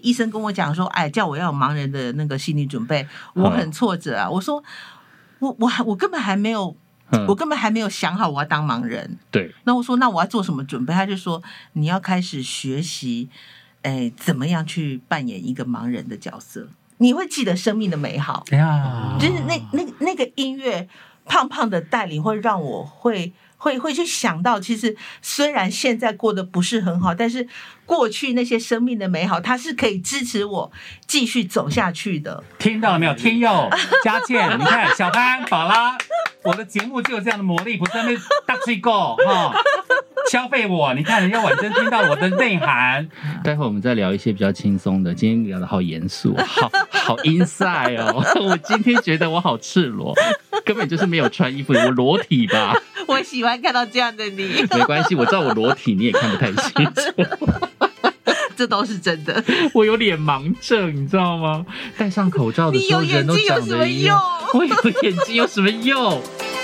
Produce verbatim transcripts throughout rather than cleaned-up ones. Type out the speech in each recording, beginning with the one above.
医生跟我讲说，哎，叫我要有盲人的那个心理准备，我很挫折啊。我说，我我我根本还没有。我根本还没有想好我要当盲人。 对， 那我说那我要做什么准备？他就说你要开始学习，哎，怎么样去扮演一个盲人的角色？你会记得生命的美好。 哎呀， 就是那那那个音乐，胖胖的带领会让我会会会去想到，其实虽然现在过得不是很好，但是过去那些生命的美好，它是可以支持我继续走下去的。 听到了没有？天佑、佳健，你看小潘、宝拉。我的节目就有这样的魔力，不是在那边大吹够哈，消费我。你看人家婉珍听到我的内涵。待会我们再聊一些比较轻松的，今天聊得好严肃，好好 inside 哦。我今天觉得我好赤裸，根本就是没有穿衣服，我裸体吧。 我喜欢看到这样的你。 没关系，我知道我裸体你也看不太清楚。 这都是真的。 我有脸盲症，你知道吗？戴上口罩的时候，人都长得一样。我有眼睛有什么用？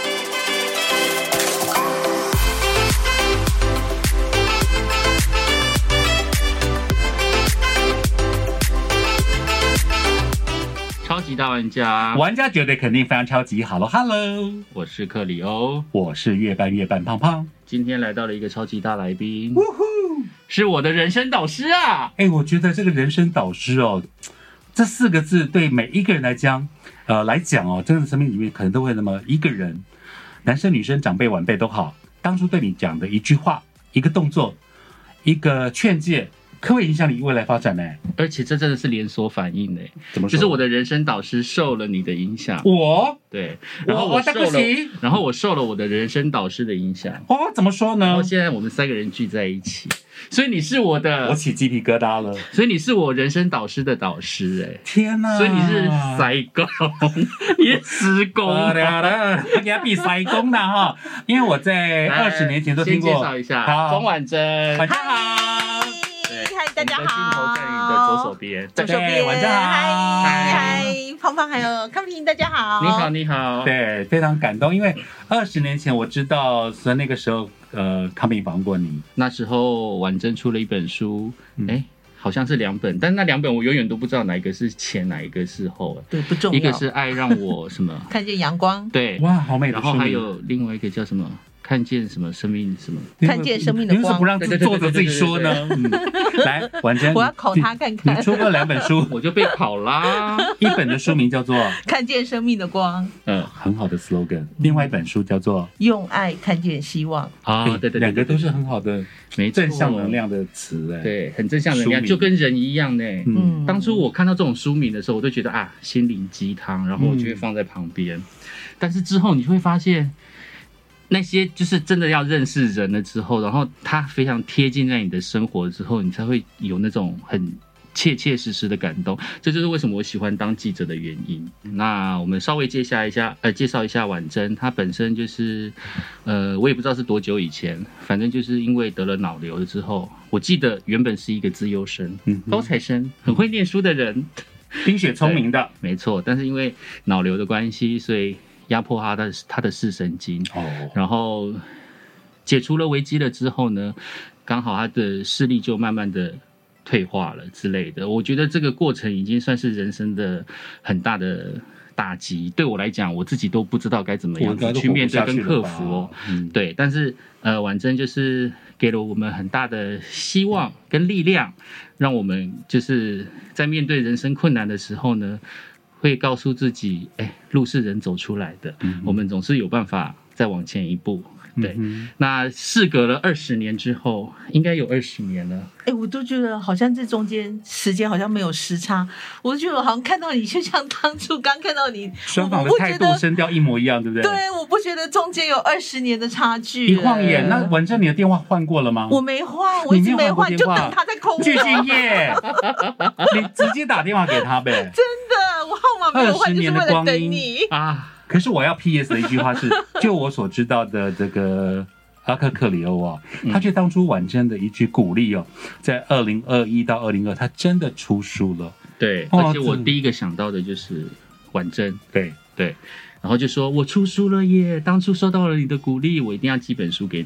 超级大玩家，玩家觉得肯定非常超级。Hello Hello， 我是克里欧，我是越扮越扮胖胖。今天来到了一个超级大来宾。是我的人生导师啊！哎、欸，我觉得这个人生导师哦，这四个字对每一个人来讲，呃，来讲哦，真的生命里面可能都会那么一个人，男生、女生、长辈、晚辈都好，当初对你讲的一句话、一个动作、一个劝诫，可会影响你未来发展呢。而且这真的是连锁反应呢。怎么说？就是我的人生导师受了你的影响，我对，然后我受了，然后我受了我的人生导师的影响。哦，怎么说呢？然后现在我们三个人聚在一起。所以你是我的，我起鸡皮疙瘩了。所以你是我人生导师的导师、欸，哎，天哪！所以你是塞工，你是师公，我给他比塞工的哈。因为我在二十年前都听过。先介绍一下，钟婉珍，晚上好。 嗨，大家好。 镜头在你的左手边， 左手边， 晚上好。 嗨嗨，胖胖还有康平，大家好。 你好，你好。对，非常感动，因为二十年前我知道，所以那个时候。呃，康平访问过你，那时候婉珍出了一本书，哎、嗯欸，好像是两本，但那两本我永远都不知道哪一个是前，哪一个是后。 对，不重要。 一个是爱让我什么看见阳光，对，哇，好美的书。然后还有另外一个叫什么？看见什么生命什么？ 看见生命的光。 你为什么不让作者自己说呢？嗯、来，婉珍， 我要考他看看。 你出过两本书，我就被考啦。一本的书名叫做《 看见生命的光》， 嗯，很好的 slogan。另外一本书叫做《 用爱看见希望》。 啊，对对对，两个都是很好的，没正向能量的词哎，对，很正向能量，就跟人一样呢。嗯，当初我看到这种书名的时候，我都觉得啊，心灵鸡汤，然后我就会放在旁边。嗯、但是之后你就会发现。那些就是真的要认识人了之后，然后他非常贴近在你的生活之后，你才会有那种很切切实实的感动。这就是为什么我喜欢当记者的原因。那我们稍微介绍一下，呃，介绍一下婉珍，她本身就是，呃，我也不知道是多久以前，反正就是因为得了脑瘤了之后，我记得原本是一个资优生、嗯、高材生，很会念书的人，冰雪聪明的，没错。但是因为脑瘤的关系，所以压迫他的他的视神经，哦，然后解除了危机了之后呢，刚好他的视力就慢慢的退化了之类的。我觉得这个过程已经算是人生的很大的打击，对我来讲，我自己都不知道该怎么样子去面对跟克服哦。嗯、对，但是呃，婉珍就是给了我们很大的希望跟力量，让我们就是在面对人生困难的时候呢。会告诉自己，哎，路是人走出来的，嗯、我们总是有办法再往前一步。对，嗯、那事隔了二十年之后，应该有二十年了。 哎，我都觉得好像这中间时间好像没有时差，我就觉得我好像看到你，就像当初刚看到你， 双方的态度、声调一模一样，对不对？ 对，我不觉得中间有二十年的差距。 一晃眼，那婉珍，你的电话换过了吗？ 我没换，我一直没换，就等他在空我。 具俊晔，你直接打电话给他呗。 真的，我号码没有换，就是为了等你啊。可是我要 P S 的一句话是，就我所知道的这个阿克克里欧啊，他却当初婉珍的一句鼓励哦，在二零二一到二零二，他真的出书了。对，而且我第一个想到的就是婉珍，对对，然后就说我出书了耶，当初收到了你的鼓励，我一定要寄本书给你。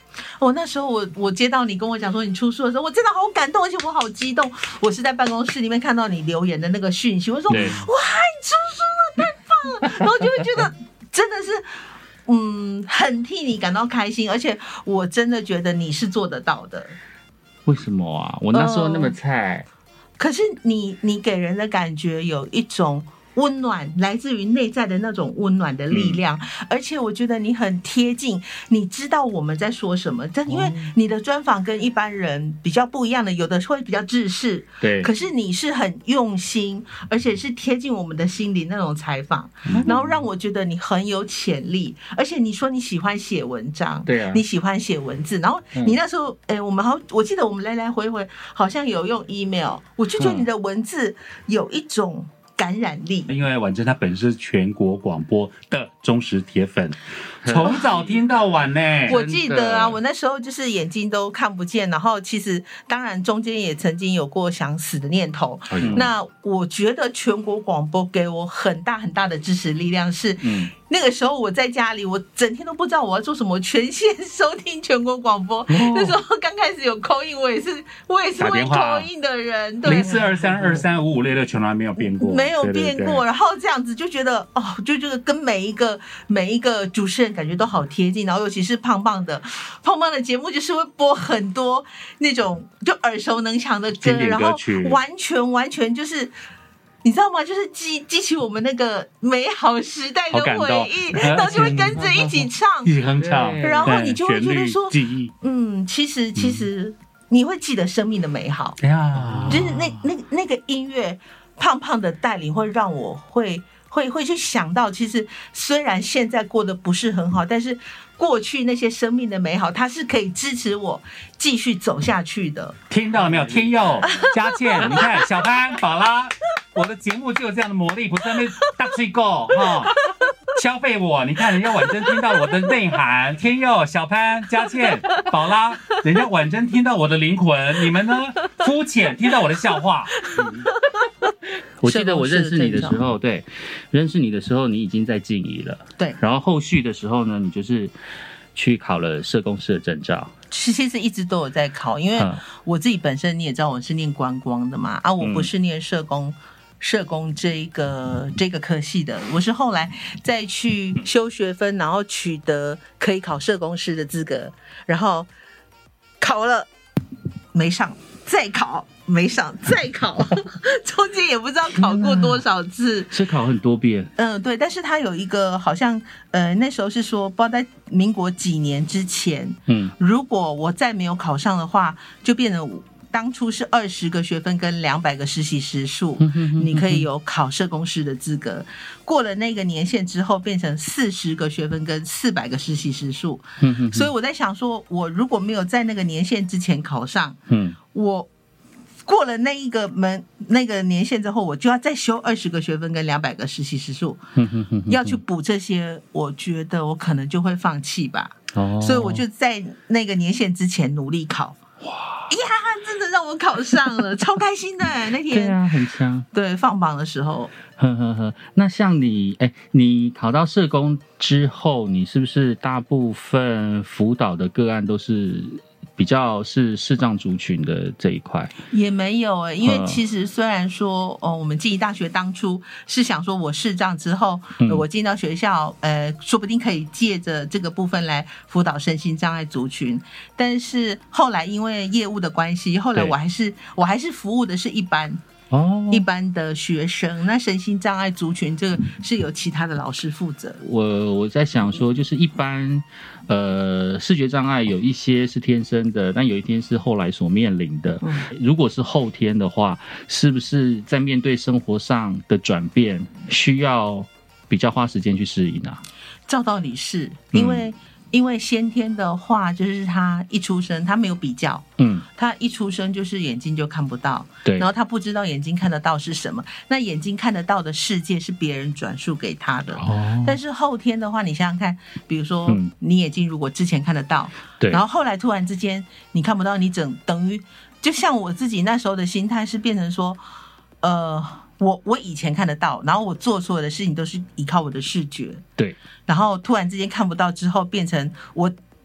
我、哦、那时候我我接到你跟我讲说你出书的时候，我真的好感动，而且我好激动。我是在办公室里面看到你留言的那个讯息，我说哇，你出书了，太棒了！然后就会觉得真的是，嗯，很替你感到开心，而且我真的觉得你是做得到的。 为什么啊？我那时候那么菜，呃、 可是你你给人的感觉有一种温暖，来自于内在的那种温暖的力量、嗯、而且我觉得你很贴近，你知道我们在说什么，但因为你的专访跟一般人比较不一样的，有的会比较制式， 对， 可是你是很用心，而且是贴近我们的心灵那种采访、嗯、然后让我觉得你很有潜力，而且你说你喜欢写文章， 对啊， 你喜欢写文字，然后你那时候哎、欸，我们好，我记得我们来来回回好像有用 email， 我就觉得你的文字有一种感染力， 因为婉珍她本身是全国广播的忠实铁粉，从早听到晚呢。 我记得啊，我那时候就是眼睛都看不见，然后其实当然中间也曾经有过想死的念头。嗯、那我觉得全国广播给我很大很大的支持力量是，嗯、那个时候我在家里，我整天都不知道我要做什么，全线收听全国广播。哦、那时候刚开始有 call in， 我也是我也是会 call in 的人，对， 零四二三二三五五六六从来没有变过， 没有变过。对对对，然后这样子就觉得哦，就这个跟每一个每一个主持人感觉都好贴近，然后尤其是胖胖的胖胖的节目，就是会播很多那种就耳熟能详的歌，然后完全完全就是你知道吗？就是激激起我们那个美好时代的回忆，然后就会跟着一起唱， 一起哼唱， 然后你就会觉得说，嗯，其实其实你会记得生命的美好， 哎呀， 就是那那那个音乐。胖胖的带领会让我会会会去想到，其实虽然现在过得不是很好，但是过去那些生命的美好，它是可以支持我继续走下去的。 听到了没有？天佑、佳倩，你看小潘、宝拉，我的节目就有这样的魔力，不是在那边大吹够哈。消费我，你看人家婉珍听到我的内涵，天佑、小潘、佳倩、宝拉，人家婉珍听到我的灵魂，你们呢？肤浅听到我的笑话。嗯、 我记得我认识你的时候，对，认识你的时候你已经在静怡了， 对。 然后后续的时候呢，你就是去考了社工师的证照。 其实一直都有在考，因为我自己本身你也知道我是念观光的嘛，啊，我不是念社工。嗯社工这一个这个科系的，我是后来再去修学分，然后取得可以考社工师的资格，然后考了没上，再考没上，再考，中间也不知道考过多少次， 是考很多遍。 嗯，对，但是他有一个好像呃那时候是说，不知道在民国几年之前，嗯，如果我再没有考上的话，就变成。当初是二十个学分跟两百个实习时数，你可以有考社工师的资格。过了那个年限之后，变成四十个学分跟四百个实习时数。所以我在想说，我如果没有在那个年限之前考上，我过了那一个门那个年限之后，我就要再修二十个学分跟两百个实习时数，要去补这些，我觉得我可能就会放弃吧。所以我就在那个年限之前努力考。哇呀！真的让我考上了，超开心的那天。 对啊，很强。 对，放榜的时候。 呵呵呵。那像你，哎，你考到社工之后，你是不是大部分辅导的个案都是比较是视障族群的这一块？ 也没有哎、欸，因为其实虽然说，哦，我们静宜大学当初是想说，我视障之后，嗯、我进到学校，呃，说不定可以借着这个部分来辅导身心障碍族群。但是后来因为业务的关系，后来我还是我还是服务的是一般。哦，一般的学生，那身心障碍族群这个是由其他的老师负责。 我我在想说，就是一般呃视觉障碍有一些是天生的，但有一天是后来所面临的。嗯、如果是后天的话，是不是在面对生活上的转变，需要比较花时间去适应啊？ 照道理是，因为。嗯因为先天的话，就是他一出生，他没有比较，嗯，他一出生就是眼睛就看不到， 对， 然后他不知道眼睛看得到是什么，那眼睛看得到的世界是别人转述给他的，哦，但是后天的话，你想想看，比如说、嗯、你眼睛如果之前看得到，对，然后后来突然之间你看不到，你整等于就像我自己那时候的心态是变成说，呃。我我以前看得到，然后我做所有的事情都是依靠我的视觉， 对。 然后突然之间看不到之后，变成我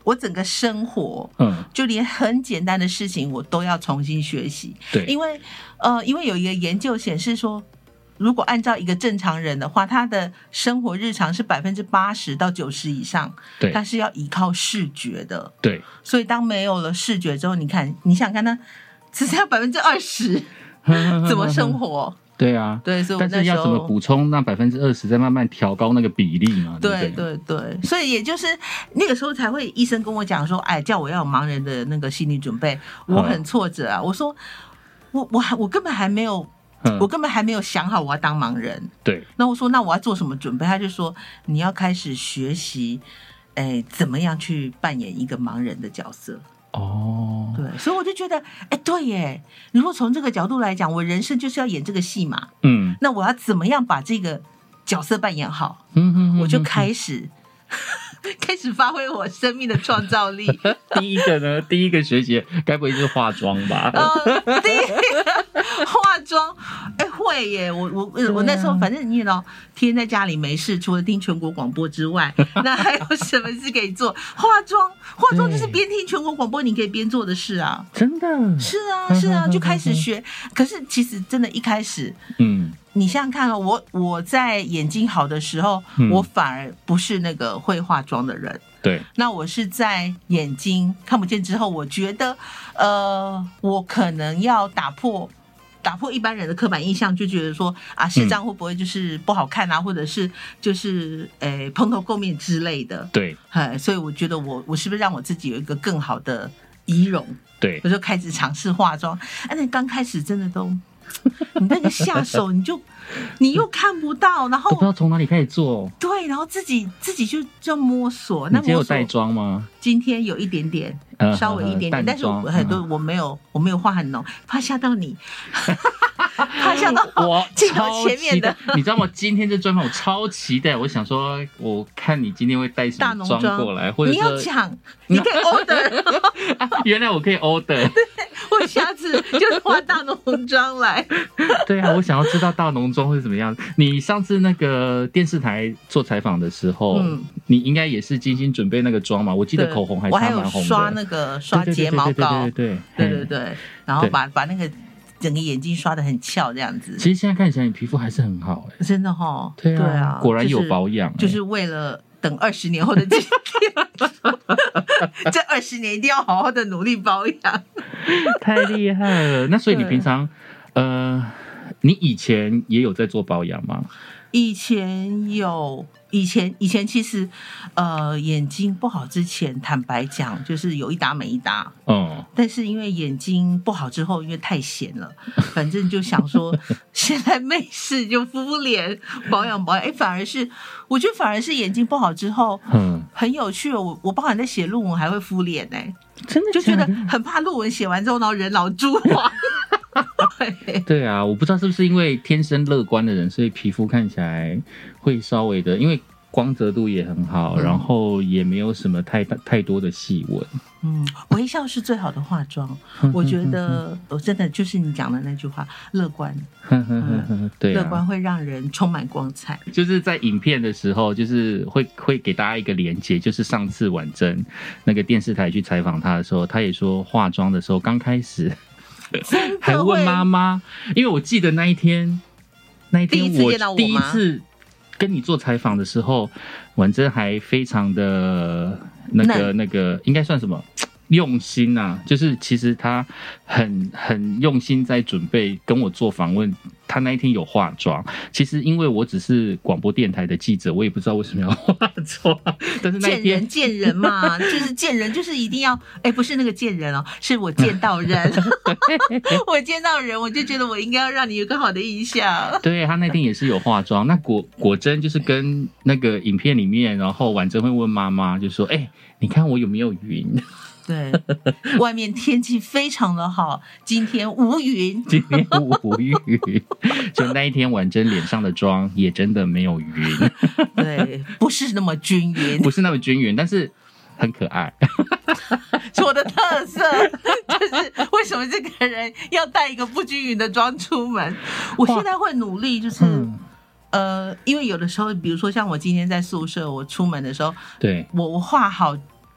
我整个生活， 嗯， 就连很简单的事情我都要重新学习。 对， 因为呃，因为有一个研究显示说，如果按照一个正常人的话，他的生活日常是百分之八十到九十以上， 对， 他是要依靠视觉的。 对， 所以当没有了视觉之后，你看，你想看他只剩下百分之二十，怎么生活？ 对啊， 对，所以我但是要怎么补充那百分之二十，再慢慢调高那个比例嘛？ 对对对对，所以也就是那个时候才会医生跟我讲说，哎，叫我要有盲人的那个心理准备，我很挫折啊。我说，我我我根本还没有，我根本还没有想好我要当盲人。 对， 那我说，那我要做什么准备？他就说，你要开始学习，哎，怎么样去扮演一个盲人的角色。 哦， 对，所以我就觉得，哎，对耶，如果从这个角度来讲，我人生就是要演这个戏嘛， 嗯， 那我要怎么样把这个角色扮演好？ 嗯哼， 我就开始开始发挥我生命的创造力。 第一个呢，第一个学习该不会是化妆吧？ 呃，第一个化妆，哎，会耶！我我我那时候反正你也知道，天天在家里没事，除了听全国广播之外，那还有什么事可以做？化妆，化妆就是边听全国广播，你可以边做的事啊！ 真的是啊，是啊，就开始学。可是其实真的，一开始， 嗯。 你想想看哦，我我在眼睛好的时候， 嗯、 我反而不是那个会化妆的人。 对， 那我是在眼睛看不见之后，我觉得，呃，我可能要打破打破一般人的刻板印象，就觉得说啊，视障会不会就是不好看啊，嗯、或者是就是诶蓬头垢面之类的。 对， 哎，所以我觉得我我是不是让我自己有一个更好的仪容？ 对， 我就开始尝试化妆。哎，那刚开始真的都。你那个下手，你就你又看不到，然后不知道从哪里开始做。 对，然后自己自己就就摸索。那你今天有带妆吗？ 今天有一点点，呃、稍微一点点，但是我很多我没有，我没有画很浓，怕吓到你，怕吓到我镜头前面的。 你知道吗？今天这专访我超期待，我想说，我看你今天会带什么妆过来，或者你要讲，你可以 order 啊。原来我可以 order。 我下次就是画大浓妆来。 对啊，我想要知道大浓妆会怎么样。你上次那个电视台做采访的时候，嗯、你应该也是精心准备那个妆嘛？我记得口红还擦蛮红的。 我还有刷那个刷睫毛膏， 对对对对对对，然后把把那个整个眼睛刷得很翘，这样子。 其实现在看起来你皮肤还是很好哎、欸， 真的哈、哦。 对啊，对啊，果然有保养、欸就是，就是为了等二十年后的今天，这二十年一定要好好的努力保养。 太厉害了！那所以你平常呃，你以前也有在做保养吗？ 以前有，以前以前其实呃眼睛不好之前，坦白讲就是有一搭没一搭。 哦， 但是因为眼睛不好之后，因为太闲了，反正就想说现在没事就敷脸保养保养。哎，反而是我觉得反而是眼睛不好之后，嗯，很有趣。我我包含在写论文还会敷脸哎、欸， 真的就觉得很怕论文写完之后，然后人老珠黄。 对啊，我不知道是不是因为天生乐观的人，所以皮肤看起来会稍微的，因为光泽度也很好，嗯、然后也没有什么太太多的细纹。 嗯，微笑是最好的化妆。我觉得我真的就是你讲的那句话，乐观。嗯、对、啊，乐观会让人充满光彩。 就是在影片的时候，就是会会给大家一个连结，就是上次婉珍那个电视台去采访她的时候，她也说化妆的时候刚开始。还问妈妈，因为我记得那一天，那一天我第一次跟你做采访的时候，婉珍还非常的那个那个，应该算什么用心啊？就是其实她很很用心在准备跟我做访问。她那一天有化妆，其实因为我只是广播电台的记者，我也不知道为什么要化妆。但是那一天见人见人嘛，就是见人就是一定要，哎，不是那个见人哦，是我见到人，我见到人，我就觉得我应该要让你有个好的印象。 对，她那天也是有化妆，那果果真就是跟那个影片里面，然后婉珍会问妈妈，就说：“哎，你看我有没有云？” 对，外面天气非常的好，今天无云， 今天无云，就那一天婉珍脸上的妆也真的没有云， 对，不是那么均匀， 不是那么均匀，但是很可爱， 是我的特色，就是为什么这个人要带一个不均匀的妆出门？我现在会努力，就是。嗯呃，因为有的时候，比如说像我今天在宿舍，我出门的时候， 对我我画好。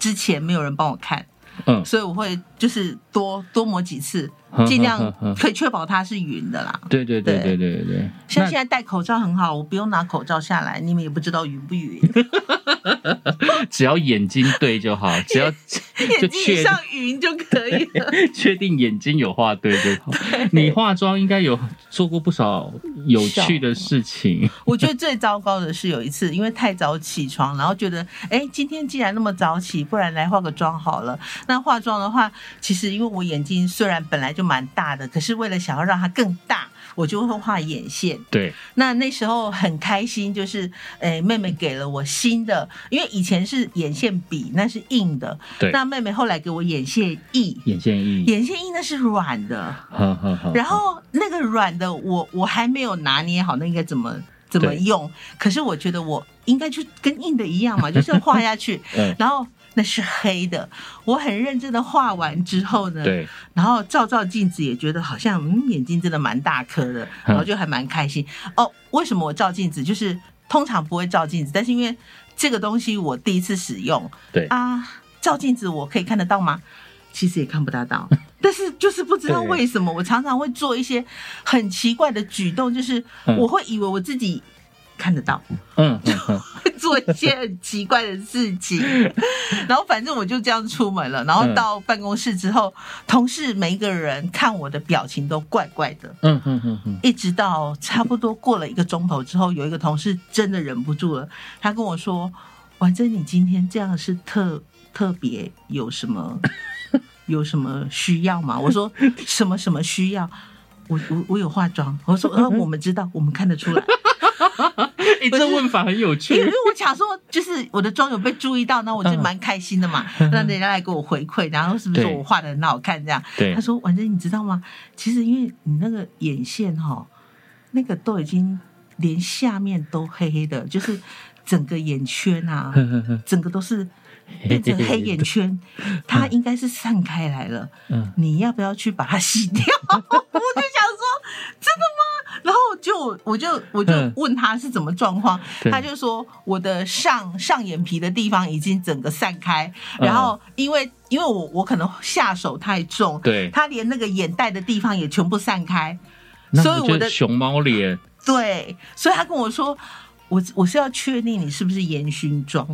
之前没有人帮我看， 嗯， 所以我会就是多多磨几次，尽量可以确保它是匀的啦。 对对对对对对。 像现在戴口罩很好，我不用拿口罩下来，你们也不知道匀不匀。 只要眼睛对就好，只要眼睛上匀就可以了。 确定眼睛有画对就好。你化妆应该有做过不少有趣的事情。 我觉得最糟糕的是有一次，因为太早起床，然后觉得哎，今天既然那么早起，不然来化个妆好了。那化妆的话，其实因为我眼睛虽然本来就蛮大的，可是为了想要让它更大，我就会画眼线。 对， 那那时候很开心，就是诶，妹妹给了我新的，因为以前是眼线笔，那是硬的。 对， 那妹妹后来给我眼线液， 眼线液， 眼线液那是软的。 好好好。 然后那个软的，我我还没有拿捏好，那应该怎么怎么用？可是我觉得我应该就跟硬的一样嘛，就是画下去。嗯，然后。那是黑的，我很认真的画完之后呢， 对， 然后照照镜子也觉得好像嗯眼睛真的蛮大颗的，然后就还蛮开心。哦，为什么我照镜子？就是通常不会照镜子，但是因为这个东西我第一次使用， 对啊，照镜子我可以看得到吗？其实也看不大到，但是就是不知道为什么，我常常会做一些很奇怪的举动，就是我会以为我自己看得到，嗯，就会做一些很奇怪的事情，然后反正我就这样出门了。然后到办公室之后，同事每一个人看我的表情都怪怪的，嗯嗯嗯嗯，一直到差不多过了一个钟头之后，有一个同事真的忍不住了，他跟我说：“婉珍，你今天这样是特特别有什么有什么需要吗？”我说：“什么什么需要？我我我有化妆。”我说：“呃，我们知道，我们看得出来。” 欸、这问法很有趣， 因为我想说，就是我的妆有被注意到，那我就蛮开心的嘛。让、嗯、人家来给我回馈，然后是不是说我画的很好看这样？他说：“婉珍，你知道吗？其实因为你那个眼线哈，那个都已经连下面都黑黑的，就是整个眼圈啊，整个都是变成黑眼圈，它应该是散开来了。嗯，你要不要去把它洗掉？”我就想说，真的吗？然后就我就我就问他是怎么状况，他就说我的上上眼皮的地方已经整个散开，然后因为因为我我可能下手太重， 对， 他连那个眼袋的地方也全部散开， 所以我的熊猫脸， 对，所以他跟我说，我我是要确定你是不是烟熏妆，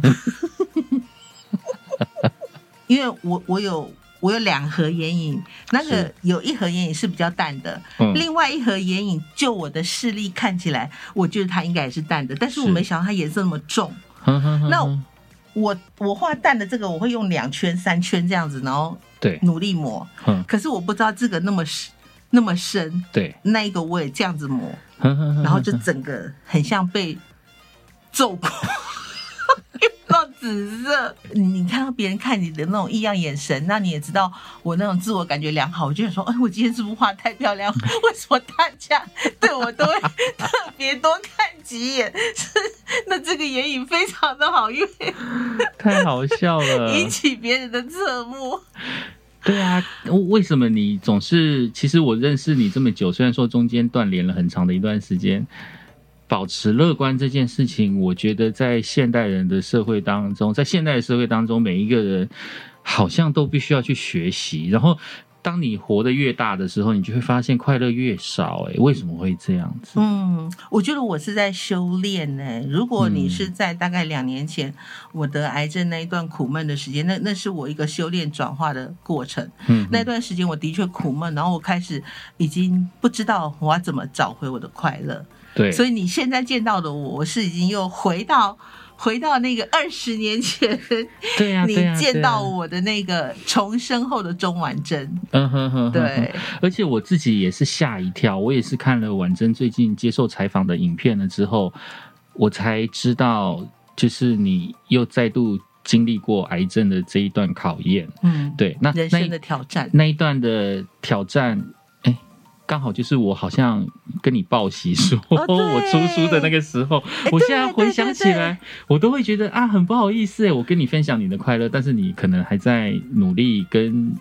因为我我有。我有两盒眼影，那个有一盒眼影是比较淡的，嗯、另外一盒眼影就我的视力看起来，我觉得它应该也是淡的，但是我没想到它颜色那么重。那我我画淡的这个，我会用两圈、三圈这样子，然后努力磨。可是我不知道这个那么那么深， 对， 那一个我也这样子磨，然后就整个很像被揍过。到紫色，你看到别人看你的那种异样眼神，那你也知道我那种自我感觉良好，我就想说，哎，我今天是不是画太漂亮？为什么大家对我都会特别多看几眼？是那这个眼影非常的好，因为太好笑了， 引起别人的侧目。 对啊，为什么你总是？其实我认识你这么久，虽然说中间断联了很长的一段时间。保持乐观这件事情，我觉得在现代人的社会当中，在现代的社会当中，每一个人好像都必须要去学习。然后，当你活得越大的时候，你就会发现快乐越少。哎，为什么会这样子？ 嗯，我觉得我是在修炼呢。如果你是在大概两年前、嗯、我得癌症那一段苦闷的时间，那那是我一个修炼转化的过程。嗯，那段时间我的确苦闷，然后我开始已经不知道我要怎么找回我的快乐。 对， 所以你现在见到的我，我是已经又回到回到那个二十年前， 对呀、啊， 你见到我的那个重生后的钟婉珍， 嗯哼哼，对。而且我自己也是吓一跳，我也是看了婉珍最近接受采访的影片了之后，我才知道，就是你又再度经历过癌症的这一段考验，嗯，对，那人生的挑战， 那一段的挑战。刚好就是我好像跟你报喜说、哦、我出书的那个时候，我现在回想起来，我都会觉得啊，很不好意思，我跟你分享你的快乐，但是你可能还在努力跟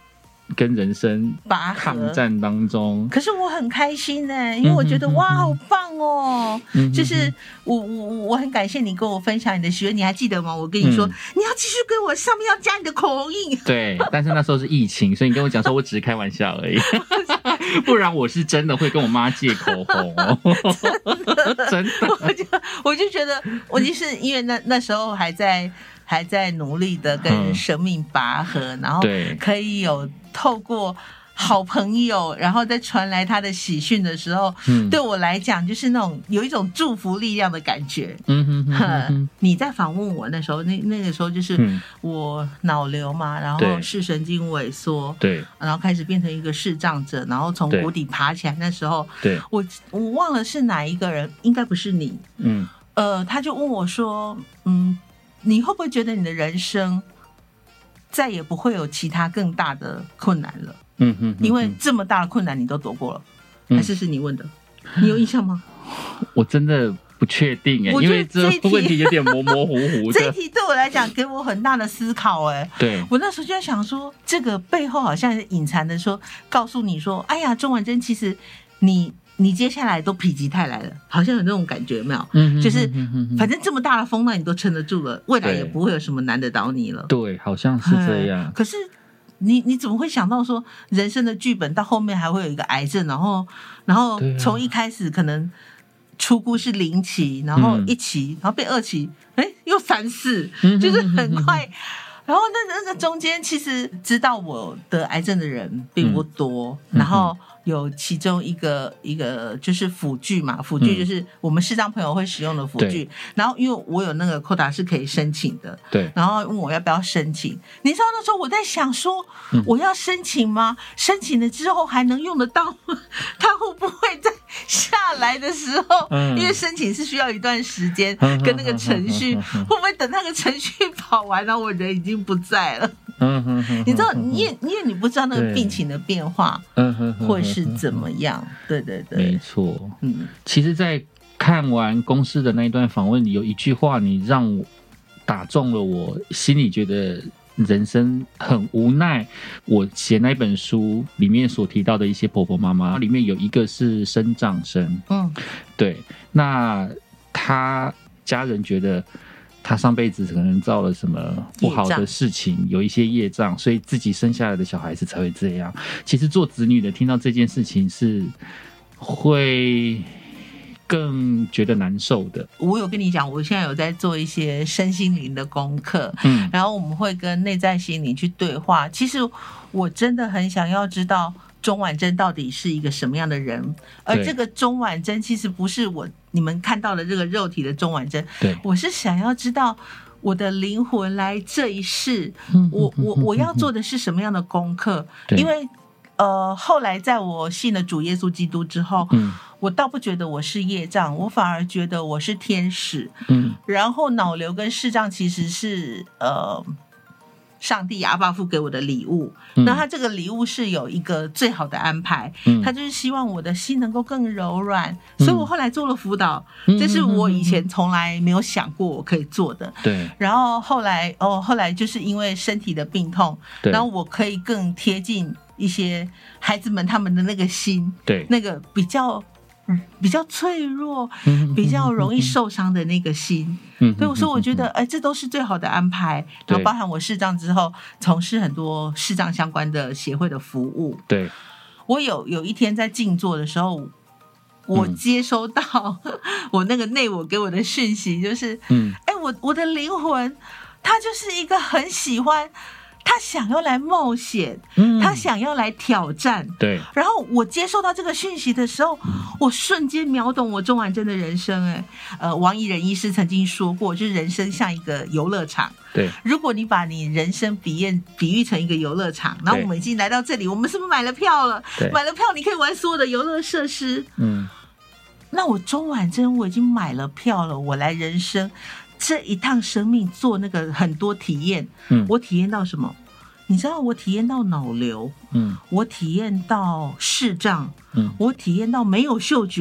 跟人生抗战当中。 可是我很开心呢、欸，因为我觉得、嗯、哇，好棒哦！嗯、就是我我我很感谢你跟我分享你的喜悦，你还记得吗？我跟你说，嗯、你要继续跟我上面要加你的口红印。 对，但是那时候是疫情，所以你跟我讲说我只是开玩笑而已，不然我是真的会跟我妈借口红哦。真的， 我就我就觉得，我就是因为那那时候还在还在努力的跟生命拔河，嗯、然后可以有透过好朋友，然后再传来他的喜讯的时候，嗯、对我来讲就是那种有一种祝福力量的感觉。嗯哼哼哼哼，你在访问我那时候，那那个时候就是我脑瘤嘛，然后视神经萎缩，对，然后开始变成一个视障者，然后从谷底爬起来。那时候，对，我我忘了是哪一个人，应该不是你。嗯，呃，他就问我说，嗯，你会不会觉得你的人生再也不会有其他更大的困难了？嗯哼，因为这么大的困难你都躲过了，嗯、还是是你问的？你有印象吗？ 我真的不确定哎，因为这问题有点模模糊糊的。 这一题对我来讲给我很大的思考哎。对，我那时候就在想说，这个背后好像是隐藏的说，告诉你说，哎呀，钟婉珍，其实你你接下来都否极泰来了，好像有那种感觉，有没有？嗯，就是反正这么大的风浪你都撑得住了，未来也不会有什么难得倒你了。 对，好像是这样。 可是。你你怎么会想到说人生的剧本到后面还会有一个癌症，然后然后从一开始可能初估是零期，然后一期，然后变二期，哎，又三四，就是很快。然后那那个中间其实知道我得癌症的人并不多，然后有其中一个一个就是辅具嘛，辅具就是我们视障朋友会使用的辅具。然后因为我有那个 quota 是可以申请的，对。然后问我要不要申请，你知道那时候我在想说，我要申请吗？申请了之后还能用得到吗？他会不会在下来的时候，嗯、因为申请是需要一段时间跟那个程序，会不会等那个程序跑完，然后我人已经不在了？嗯哼哼，你知道，你也因为你不知道那个病情的变化，嗯哼，会是怎么样？对对对， 没错。嗯，其实，在看完公司的那一段访问里，有一句话你让我打中了我心里，觉得人生很无奈。我写那本书里面所提到的一些婆婆妈妈，里面有一个是身障生，嗯，对，那他家人觉得。他上辈子可能造了什么不好的事情，有一些业障，所以自己生下来的小孩子才会这样。其实做子女的听到这件事情是会更觉得难受的。 我有跟你讲，我现在有在做一些身心灵的功课，嗯，然后我们会跟内在心灵去对话。其实我真的很想要知道钟婉珍到底是一个什么样的人，而这个钟婉珍其实不是我你们看到的这个肉体的钟婉珍，对，我是想要知道我的灵魂来这一世，我我我要做的是什么样的功课？因为呃，后来在我信了主耶稣基督之后，嗯，我倒不觉得我是业障，我反而觉得我是天使，嗯，然后脑瘤跟视障其实是呃。上帝阿爸父给我的礼物，嗯、那他这个礼物是有一个最好的安排，嗯、他就是希望我的心能够更柔软，嗯、所以我后来做了辅导，嗯、这是我以前从来没有想过我可以做的。对，然后后来哦，后来就是因为身体的病痛，然后我可以更贴近一些孩子们他们的那个心，对，那个比较。比较脆弱，比较容易受伤的那个心，所以我说，我觉得，哎，这都是最好的安排。然后，包含我视障之后，从事很多视障相关的协会的服务。对，我有有一天在静坐的时候，我接收到我那个内我给我的讯息，就是，嗯，哎，我我的灵魂，它就是一个很喜欢。他想要来冒险，嗯、他想要来挑战，对。然后我接受到这个讯息的时候，嗯、我瞬间秒懂我钟婉珍的人生。哎，呃，王怡仁医师曾经说过，就是人生像一个游乐场。对，如果你把你人生比喻比喻成一个游乐场，然后我们已经来到这里，我们是不是买了票了？买了票，你可以玩所有的游乐设施。嗯，那我钟婉珍我已经买了票了，我来人生。这一趟生命做那个很多体验，嗯，我体验到什么？你知道我体验到脑瘤，嗯，我体验到视障，嗯，我体验到没有嗅觉，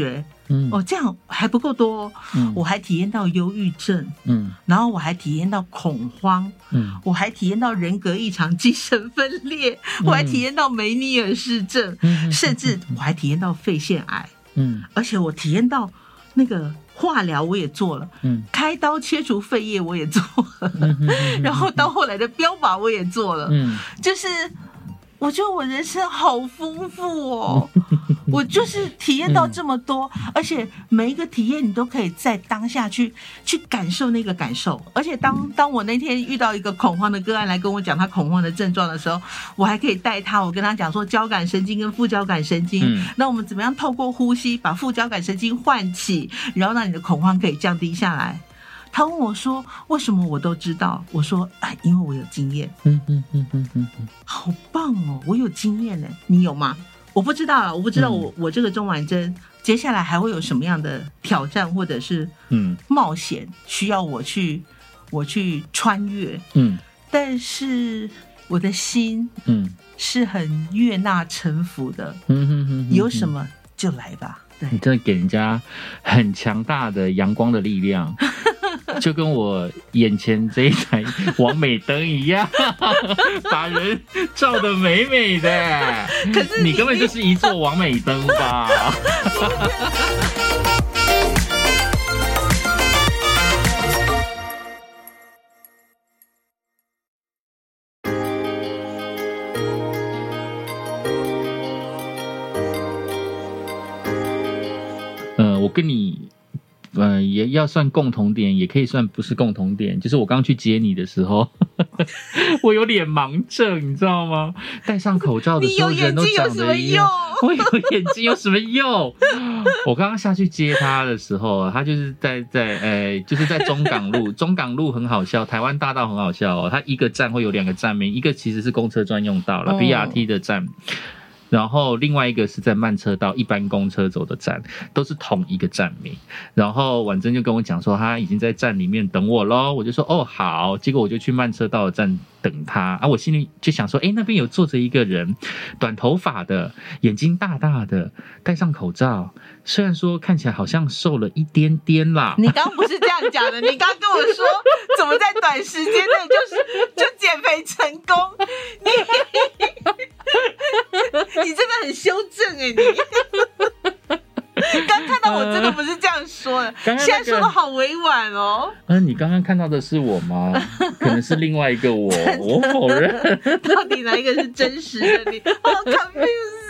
嗯，哦，这样还不够多哦。嗯，我还体验到忧郁症，嗯，然后我还体验到恐慌，嗯，我还体验到人格异常、精神分裂，嗯，我还体验到梅尼尔氏症，嗯，甚至我还体验到肺腺癌，嗯，而且我体验到那个化疗我也做了，嗯，开刀切除肺叶我也做了，嗯，然后到后来的标靶我也做了，嗯，就是。我觉得我人生好丰富哦，我就是体验到这么多，嗯，而且每一个体验你都可以在当下去去感受那个感受，而且当当我那天遇到一个恐慌的个案来跟我讲他恐慌的症状的时候，我还可以带他，我跟他讲说交感神经跟副交感神经，嗯，那我们怎么样透过呼吸把副交感神经唤起，然后让你的恐慌可以降低下来。他问我说为什么我都知道，我说哎，因为我有经验。嗯嗯嗯嗯嗯嗯，好棒哦，我有经验呢，你有吗？我不知道了，我不知道我、嗯、我这个钟婉珍接下来还会有什么样的挑战或者是嗯冒险需要我去我去穿越。嗯，但是我的心嗯是很悦纳臣服的。嗯哼哼，有什么就来吧。对， 你真的给人家很强大的阳光的力量。就跟我眼前这一台王美灯一样，把人照得美美的。可是 你, 你根本就是一座王美灯吧？呃，我跟你。呃，也要算共同点，也可以算不是共同点。就是我刚去接你的时候，我有脸盲症，你知道吗？戴上口罩的时候，人都长得一样。我有眼睛有什么用？我刚刚下去接他的时候，他就是在在呃，就是在中港路，中港路很好笑，台湾大道很好笑哦。他一个站会有两个站名，一个其实是公车专用道了、哦、，B R T 的站。然后另外一个是在慢车道一般公车走的站，都是同一个站名。然后婉珍就跟我讲说他已经在站里面等我咯，我就说哦好，结果我就去慢车道的站等他啊，我心里就想说诶那边有坐着一个人，短头发的，眼睛大大的，戴上口罩，虽然说看起来好像瘦了一点点啦。 你刚刚不是这样讲的，你刚刚跟我说怎么在短时间内就是就减肥成功，你你真的很修正哎、欸，你刚看到我真的不是这样说的，呃、现在说的好委婉哦。 嗯、呃，你刚刚看到的是我吗？可能是另外一个我，我否认。 到底哪一个是真实的你？好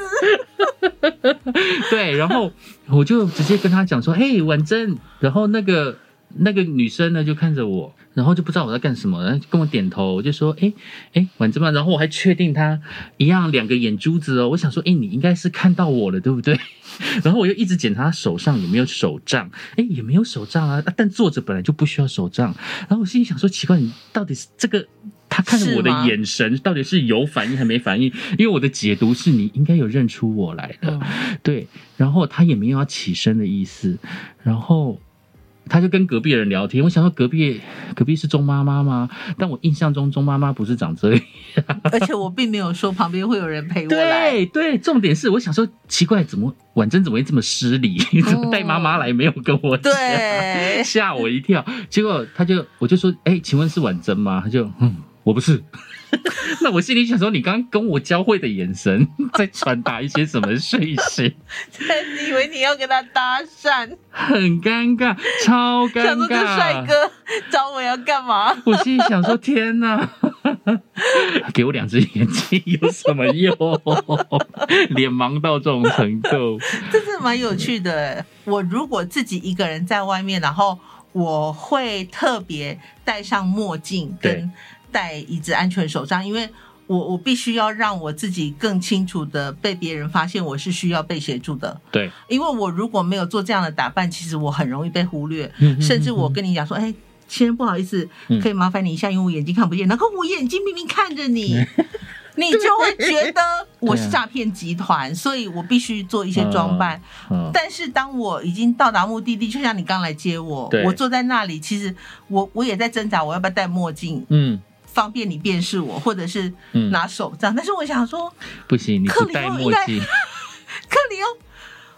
confused。 对，然后我就直接跟他讲说：“嘿，婉珍。”然后那个那个女生呢就看着我。然后就不知道我在干什么，然后跟我点头，我就说：“哎哎，婉珍嘛。”然后我还确定他一样两个眼珠子哦，我想说：“哎，你应该是看到我了，对不对？”然后我又一直检查他手上有没有手杖，哎，也没有手杖啊。但坐着本来就不需要手杖。然后我心里想说：“奇怪，你到底是这个？”他看着我的眼神到底是有反应还没反应？因为我的解读是你应该有认出我来的，嗯、对。然后他也没有要起身的意思，然后。他就跟隔壁的人聊天，我想说隔壁隔壁是钟妈妈吗？但我印象中钟妈妈不是长这样， 而且我并没有说旁边会有人陪我来。 对对，重点是我想说奇怪，怎么婉珍怎么会这么失礼？怎么带妈妈来没有跟我讲？对，吓我一跳。结果他就我就说，哎、欸，请问是婉珍吗？他就嗯，我不是。那我心里想说，你刚刚跟我交汇的眼神在传达一些什么讯息？ 你以为你要跟他搭讪？ 很尴尬，超尴尬。 想说这帅哥找我要干嘛？ 我心里想说，天哪，给我两只眼睛有什么用？脸盲到这种程度， 这是蛮有趣的。我如果自己一个人在外面，然后我会特别戴上墨镜跟。戴一只安全手杖，因为我我必须要让我自己更清楚的被别人发现我是需要被协助的。 对， 因为我如果没有做这样的打扮，其实我很容易被忽略，嗯、甚至我跟你讲说，哎，先生不好意思，可以麻烦你一下，因为我眼睛看不见。然后我眼睛明明看着你，你就会觉得我是诈骗集团，所以我必须做一些装扮。嗯、但是当我已经到达目的地，就像你刚来接我，我坐在那里，其实我我也在挣扎，我要不要戴墨镜？嗯。方便你辨识我，或者是拿手杖，嗯、但是我想说， 不行，你不戴墨镜。 克里欧，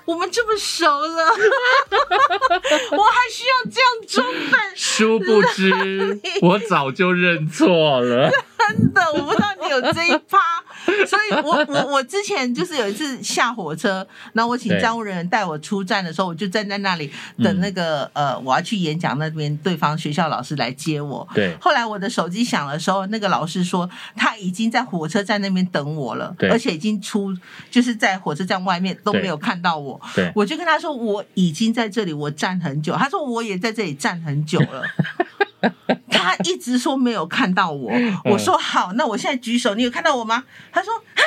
我们这么熟了，我还需要这样装扮？ 殊不知，我早就认错了。 真的，我不知道你有这一趴。所以我我我之前就是有一次下火车，然后我请站务人员带我出站的时候，我就站在那里等那个、嗯、呃我要去演讲那边对方学校老师来接我。 对。 后来我的手机响的时候，那个老师说他已经在火车站那边等我了，而且已经出就是在火车站外面都没有看到我。 对。 我就跟他说我已经在这里，我站很久。他说我也在这里站很久了。他一直说没有看到我，我说好，那我现在举手，你有看到我吗？他说啊，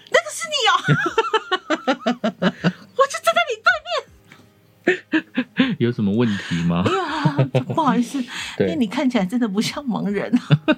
那个是你哦，我就站在你对面。有什么问题吗？ 哎呀，不好意思，因为你看起来真的不像盲人。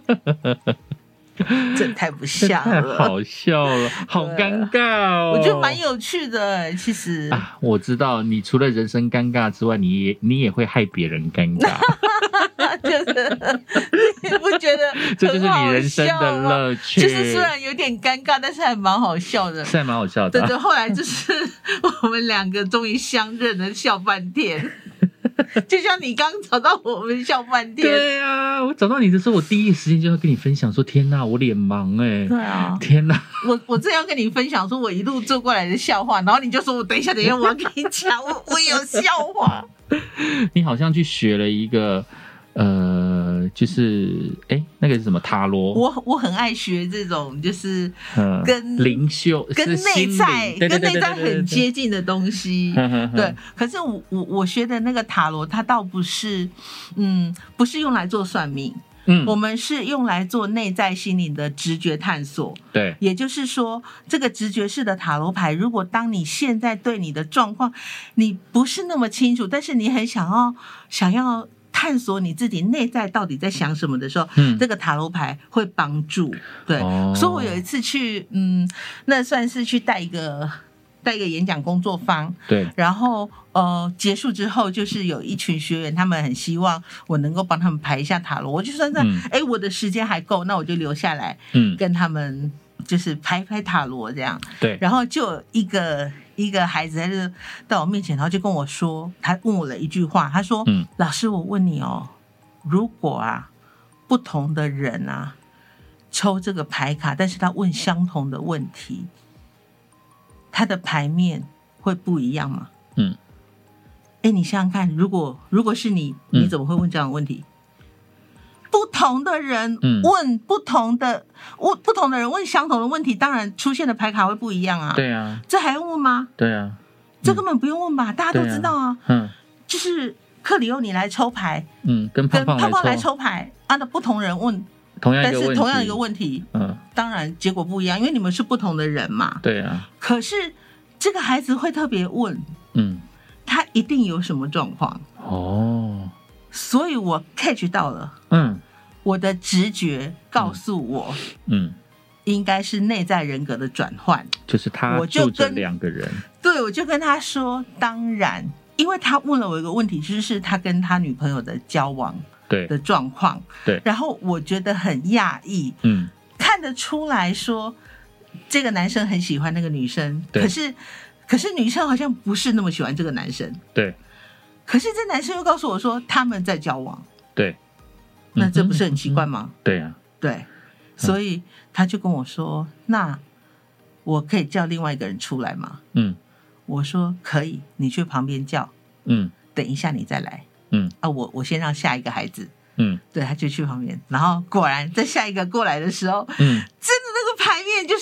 这太不像了， 太好笑了，好尴尬哦！ 我觉得蛮有趣的，其实啊，我知道你除了人生尴尬之外，你也你也会害别人尴尬， 就是你不觉得这就是你人生的乐趣？ 就是虽然有点尴尬，但是还蛮好笑的， 是还蛮好笑的、啊。 对对，后来就是我们两个终于相认了，笑半天。就像你刚找到我们笑半天。 对啊，我找到你的时候，我第一时间就要跟你分享说：天哪，我脸盲哎、欸！ 对啊， 天哪！ 我我正要跟你分享说我一路做过来的笑话，然后你就说我等一下，等一下，我要跟你讲，我我有笑话。 你好像去学了一个。呃，就是哎，那个是什么塔罗？ 我我很爱学这种，就是跟灵修、 跟内在、跟内在很接近的东西。对，可是我我我学的那个塔罗，它倒不是，嗯，不是用来做算命。嗯，我们是用来做内在心灵的直觉探索。 对， 也就是说，这个直觉式的塔罗牌，如果当你现在对你的状况你不是那么清楚，但是你很想要想要。探索你自己内在到底在想什么的时候，嗯，这个塔罗牌会帮助。对，哦、所以我有一次去，嗯，那算是去带一个带一个演讲工作坊， 对， 然后呃结束之后，就是有一群学员，他们很希望我能够帮他们排一下塔罗，我就算是哎、嗯，我的时间还够，那我就留下来，嗯，跟他们就是排排塔罗这样， 对， 然后就有一个。一个孩子他就到我面前，然后就跟我说，他问我了一句话，他说：“嗯，老师，我问你哦，如果啊不同的人啊抽这个牌卡，但是他问相同的问题，他的牌面会不一样吗？”嗯，哎，你想想看，如果如果是你，你怎么会问这样的问题？嗯不同的人问不同的问、嗯、不同的人问相同的问题，当然出现的牌卡会不一样啊。 对啊， 这还用问吗？ 对啊， 这根本不用问吧，大家都知道啊。嗯，就是克里欧你来抽牌， 嗯，跟胖胖来抽跟胖胖来抽牌，按照不同人问同样一个问题， 但是同样一个问题，嗯，当然结果不一样，因为你们是不同的人嘛。 对啊。 可是这个孩子会特别问，嗯，他一定有什么状况哦。所以我 catch 到了，嗯，我的直觉告诉我，嗯，应该是内在人格的转换， 就是他住着两个人， 对，我就跟他说，当然，因为他问了我一个问题，就是他跟他女朋友的交往对的状况， 对， 然后我觉得很讶异，嗯，看得出来说这个男生很喜欢那个女生，可是可是女生好像不是那么喜欢这个男生， 对。 可是这男生又告诉我说他们在交往， 对， 那这不是很奇怪吗？ 嗯、对啊， 对，所以他就跟我说：“那我可以叫另外一个人出来吗？”嗯，我说可以，你去旁边叫，嗯，等一下你再来，嗯啊，我我先让下一个孩子，嗯，对，他就去旁边，然后果然在下一个过来的时候，嗯，真的那个牌面就是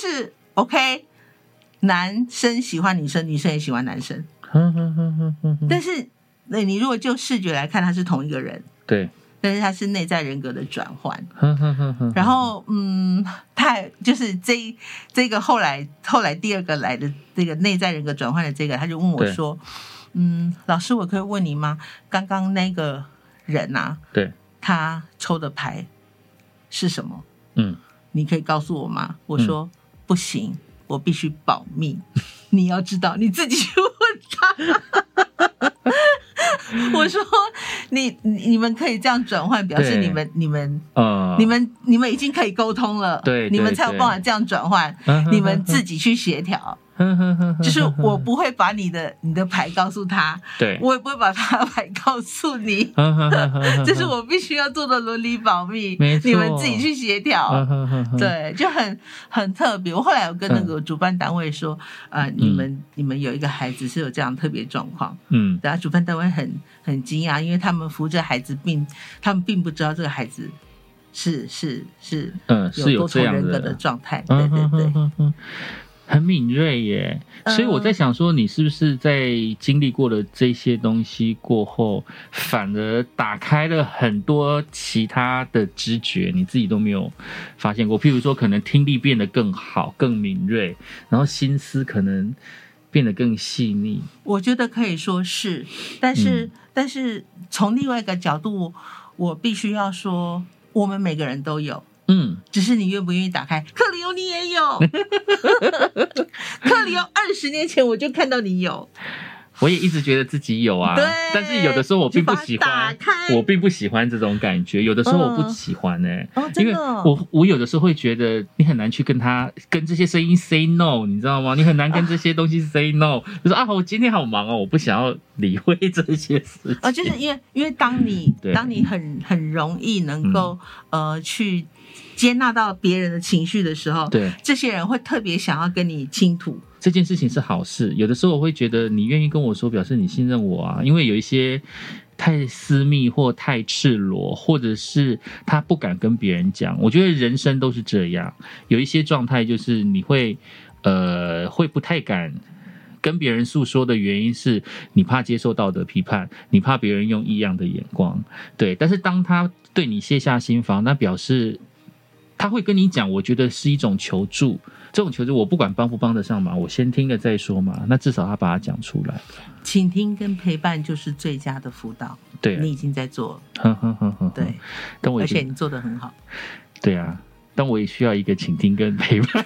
OK， 男生喜欢女生，女生也喜欢男生，但是。那你如果就视觉来看，他是同一个人， 对， 但是他是内在人格的转换。然后，嗯，他就是这这个后来后来第二个来的这个内在人格转换的这个，他就问我说：“嗯，老师，我可以问你吗？刚刚那个人啊， 对， 他抽的牌是什么？嗯，你可以告诉我吗？”我说：“嗯、不行，我必须保密，你要知道，你自己去问他。”我说你你们可以这样转换，表示你们你们、呃、你们你们已经可以沟通了， 对， 你们才有办法这样转换，你们自己去协调。 就是我不会把你的你的牌告诉他， 对， 我也不会把他的牌告诉你，这是我必须要做的伦理保密，你们自己去协调。对，就很很特别。我后来有跟那个主办单位说，嗯、呃，你们、嗯、你们有一个孩子是有这样特别状况，嗯，然后主办单位很很惊讶，因为他们扶着孩子并他们并不知道这个孩子是是是嗯是有多重人格的状态，对对对。嗯嗯很敏锐耶，所以我在想说，你是不是在经历过了这些东西过后，反而打开了很多其他的知觉，你自己都没有发现过？譬如说，可能听力变得更好、更敏锐，然后心思可能变得更细腻。 我觉得可以说是，但是、嗯、但是从另外一个角度，我必须要说，我们每个人都有。嗯，只是你愿不愿意打开？克里欧你也有，克里欧二十年前我就看到你有， 我也一直觉得自己有啊，对，但是有的时候我并不喜欢，我并不喜欢这种感觉，有的时候我不喜欢哎、欸哦，因为我我有的时候会觉得你很难去跟他跟这些声音 say no， 你知道吗？你很难跟这些东西 say no， 就说啊，我今天好忙哦，我不想要理会这些事情。 啊，就是因为因为当你当你很很容易能够、嗯、呃去。接纳到别人的情绪的时候，对这些人会特别想要跟你倾吐。 这件事情是好事，有的时候我会觉得你愿意跟我说，表示你信任我啊。因为有一些太私密或太赤裸，或者是他不敢跟别人讲。我觉得人生都是这样，有一些状态就是你会呃会不太敢跟别人诉说的原因是你怕接受道德批判，你怕别人用异样的眼光。对，但是当他对你卸下心防，那表示他会跟你讲，我觉得是一种求助，这种求助我不管帮不帮得上忙，我先听了再说嘛。那至少他把它讲出来， 倾听跟陪伴就是最佳的辅导。对、啊，你已经在做了，呵呵呵呵对，但我而且你做得很好。 对啊，但我也需要一个倾听跟陪伴。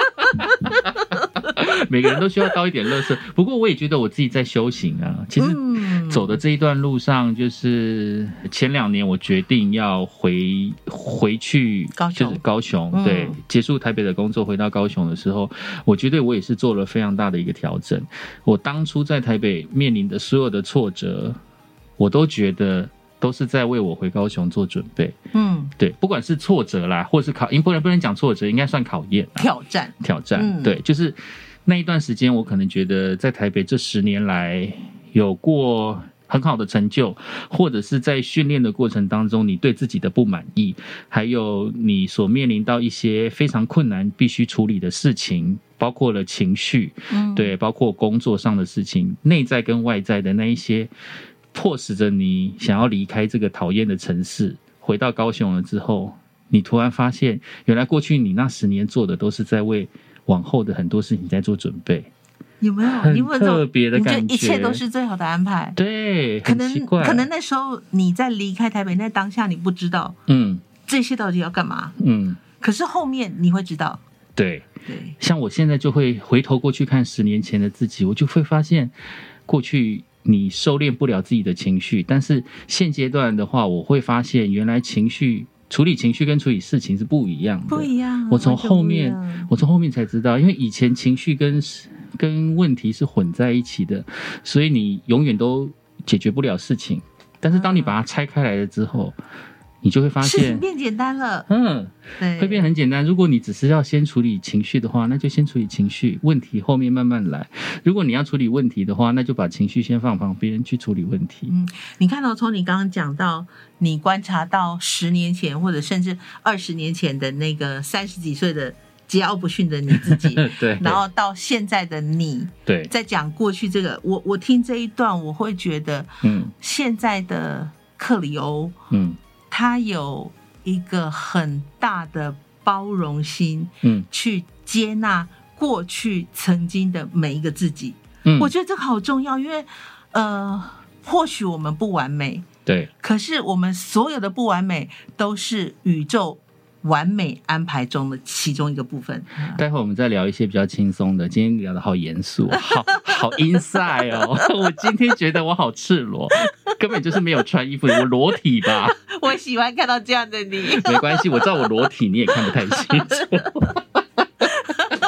每个人都需要倒一点垃圾，不过我也觉得我自己在修行啊。其实走的这一段路上，就是前两年我决定要回回去，就是高雄，对、嗯，结束台北的工作，回到高雄的时候，我觉得我也是做了非常大的一个调整。我当初在台北面临的所有的挫折，我都觉得都是在为我回高雄做准备。嗯，对，不管是挫折啦，或是考，不能不能讲挫折，应该算考验、啊、 挑战， 挑战、嗯。对，就是那一段时间，我可能觉得在台北这十年来有过很好的成就，或者是在训练的过程当中，你对自己的不满意，还有你所面临到一些非常困难必须处理的事情，包括了情绪，嗯，对，包括工作上的事情，内在跟外在的那一些。迫使着你想要离开这个讨厌的城市，回到高雄了之后，你突然发现，原来过去你那十年做的都是在为往后的很多事情在做准备。 有没有？ 很特别的感觉， 你觉得一切都是最好的安排？ 对， 可能很奇怪， 可能那时候你在离开台北那当下，你不知道，嗯，这些到底要干嘛？嗯，可是后面你会知道。 对对，像我现在就会回头过去看十年前的自己，我就会发现过去。你收敛不了自己的情绪，但是现阶段的话，我会发现原来情绪处理情绪跟处理事情是不一样的， 不一样、啊。 我从后面，我从后面才知道，因为以前情绪跟跟问题是混在一起的，所以你永远都解决不了事情。但是当你把它拆开来了之后，你就会发现事情变简单了。 嗯，对，会变很简单。如果你只是要先处理情绪的话，那就先处理情绪，问题后面慢慢来。如果你要处理问题的话，那就把情绪先放旁边去处理问题。 嗯，你看到从你刚刚讲到，你观察到十年前或者甚至二十年前的那个三十几岁的桀骜不驯的你自己， 对， 然后到现在的你， 对， 在讲过去这个，我我听这一段，我会觉得，嗯，现在的克里欧，嗯。他有一个很大的包容心，嗯，去接纳过去曾经的每一个自己。嗯，我觉得这个好重要，因为呃，或许我们不完美， 对， 可是我们所有的不完美都是宇宙完美安排中的其中一个部分。 待会我们再聊一些比较轻松的，今天聊得好严肃，好好 inside 哦。我今天觉得我好赤裸，根本就是没有穿衣服，我裸体吧。 我喜欢看到这样的你。 没关系，我知道我裸体你也看不太清楚。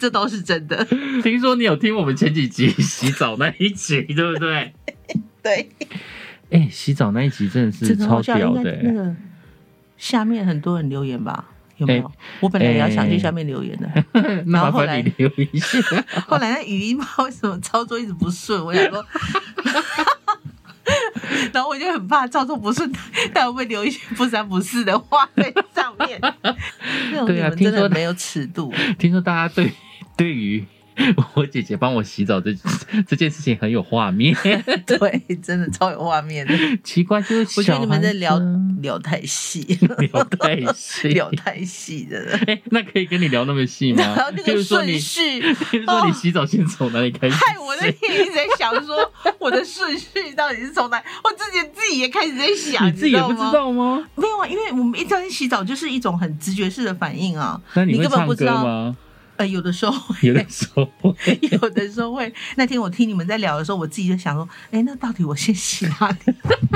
这都是真的。 听说你有听我们前几集洗澡那一集，对不对？ 对。 哎、欸，洗澡那一集真的是超屌的、欸。 那个下面很多人留言吧？有没有？欸、我本来也要想去下面留言的，欸、然后后来你留一下。 后来那语音不知道为什么操作一直不顺，我想说。然后我就很怕操作不顺，但我会留一些不三不四的话在上面。对啊，真的没有尺度。 听说大家对对于我姐姐帮我洗澡这这件事情很有画面。 对，真的超有画面的。 奇怪，就是我觉得你们在聊聊太细， 聊太细， 聊太细的了。 哎、欸，那可以跟你聊那么细吗？ 然后那个顺序， 比如说你洗澡先从哪里开始？ 害我那天一直在想说，我的顺序到底是从哪？我自己自己也开始在想， 你自己也不知道吗？ 没有啊，因为我们一天洗澡就是一种很直觉式的反应啊。 那你根本不知道吗？ 呃，有的时候， 有的时候， 有的时候会。那天我听你们在聊的时候，我自己就想说，哎、欸，那到底我先洗哪里？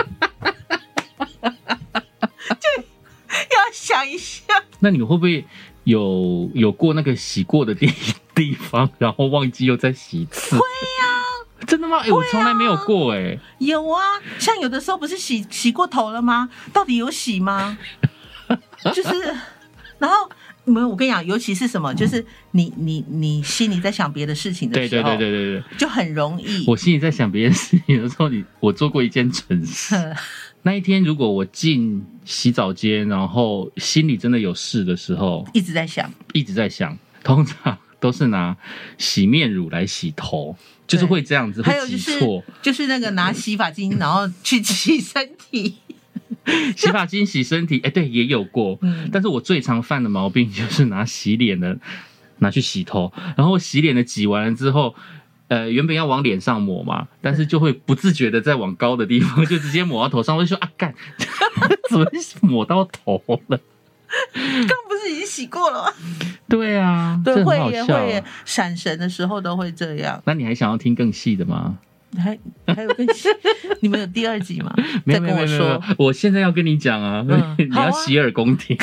就要想一下。 那你会不会有有过那个洗过的地地方，然后忘记又再洗一次？ 会呀、啊， 真的吗？哎、欸，我从来没有过哎、欸。 有啊，像有的时候不是洗洗过头了吗？到底有洗吗？就是，然后。没有，我跟你讲，尤其是什么，就是你你你心里在想别的事情的时候， 对对对对对对， 就很容易。 我心里在想别的事情的时候，你我做过一件蠢事。那一天，如果我进洗澡间，然后心里真的有事的时候， 一直在想， 一直在想，通常都是拿洗面乳来洗头，就是会这样子， 还有就是就是那个拿洗发精，然后去洗身体。 洗发精洗身体，哎、欸，对，也有过、嗯。但是我最常犯的毛病就是拿洗脸的拿去洗头，然后洗脸的挤完了之后，呃，原本要往脸上抹嘛，但是就会不自觉的再往高的地方，就直接抹到头上。我就说啊，干，怎么抹到头了？ 刚不是已经洗过了吗？ 对啊， 对，会耶会耶，闪神的时候都会这样。 那你还想要听更细的吗？ 还还有更细？你们有第二集吗？ 没有没有没有没有，我现在要跟你讲啊，嗯、你要洗耳恭听。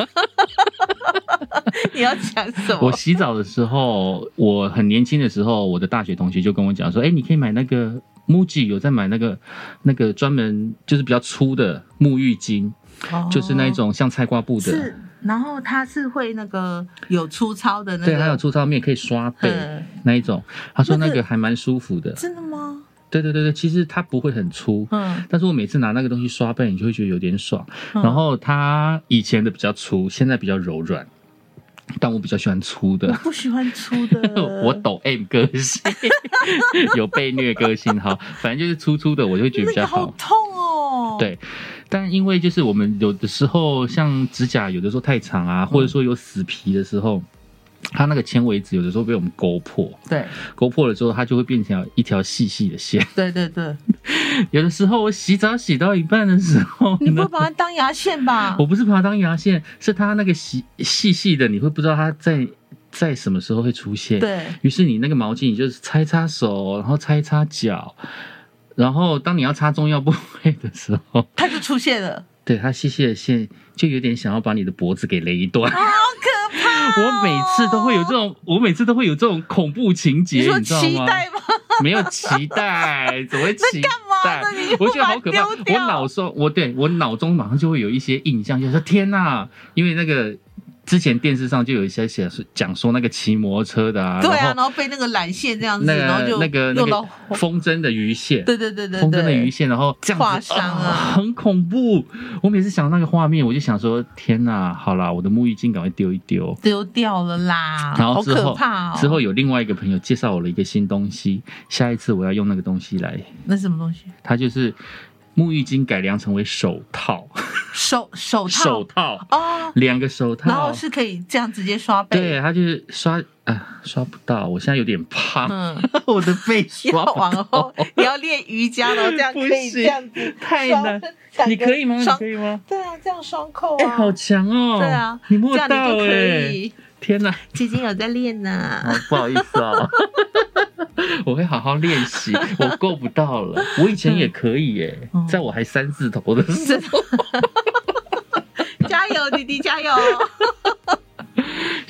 你要讲什么？ 我洗澡的时候，我很年轻的时候，我的大学同学就跟我讲说：“哎、欸，你可以买那个 Muji 有在买那个那个专门就是比较粗的沐浴巾，哦、就是那一种像菜瓜布的。” 是，然后它是会那个有粗糙的那个， 对，还有粗糙面可以刷背、嗯、那一种。他说那个还蛮舒服的。 真的吗？ 对对对对，其实它不会很粗，嗯，但是我每次拿那个东西刷背，你就会觉得有点爽。嗯、然后它以前的比较粗，现在比较柔软，但我比较喜欢粗的。 我不喜欢粗的， 我抖 M 个性，有被虐个性，好，反正就是粗粗的，我就会觉得比较好。 那个好痛哦。 对，但因为就是我们有的时候像指甲有的时候太长啊，或者说有死皮的时候。它那个纤维质有的时候被我们勾破， 对， 勾破了之后，它就会变成一条细细的线。 对对对， 有的时候我洗澡洗到一半的时候， 你不会把它当牙线吧？ 我不是把它当牙线，是它那个细细细的，你会不知道它在在什么时候会出现。 对，于是你那个毛巾，你就是擦一擦手，然后擦一擦脚，然后当你要擦重要部位的时候， 它就出现了。 对，它细细的线就有点想要把你的脖子给勒断。 好可怕、哦！ 我每次都会有这种，我每次都会有这种恐怖情节，你知道吗？ 期待吗？ 没有期待，怎么会期待？ 干嘛呢？ 我觉得好可怕。我脑中，我对我脑中马上就会有一些印象，就是说天哪，因为那个。之前电视上就有一些写讲说那个骑摩托车的啊， 对啊，然后被那个缆线这样子， 那个、 然后就那个那个风筝的鱼线， 对对对对， 风筝的鱼线，然后这样子划伤啊、 呃，很恐怖。我每次想到那个画面，我就想说天哪，好啦，我的沐浴巾赶快丢一丢， 丢掉了啦， 然后之后好可怕哦。 之后有另外一个朋友介绍我了一个新东西，下一次我要用那个东西来。 那是什么东西？ 它就是沐浴巾改良成为手套。 手手套手套哦，两个手套， 然后是可以这样直接刷背。 对，它就是刷啊，刷不到。我现在有点胖，嗯、我的背刷要往后，你要练瑜伽，然后这样可以这样子， 太难。你可以吗？你可以吗？ 对啊，这样双扣啊， 哎、欸，好强哦！ 对啊， 你摸到哎、欸，可以。 天哪， 姐姐有在练呢、 哦，不好意思哦。我会好好练习，我够不到了。我以前也可以耶，嗯、在我还三字头的时候。 加油，弟弟加油！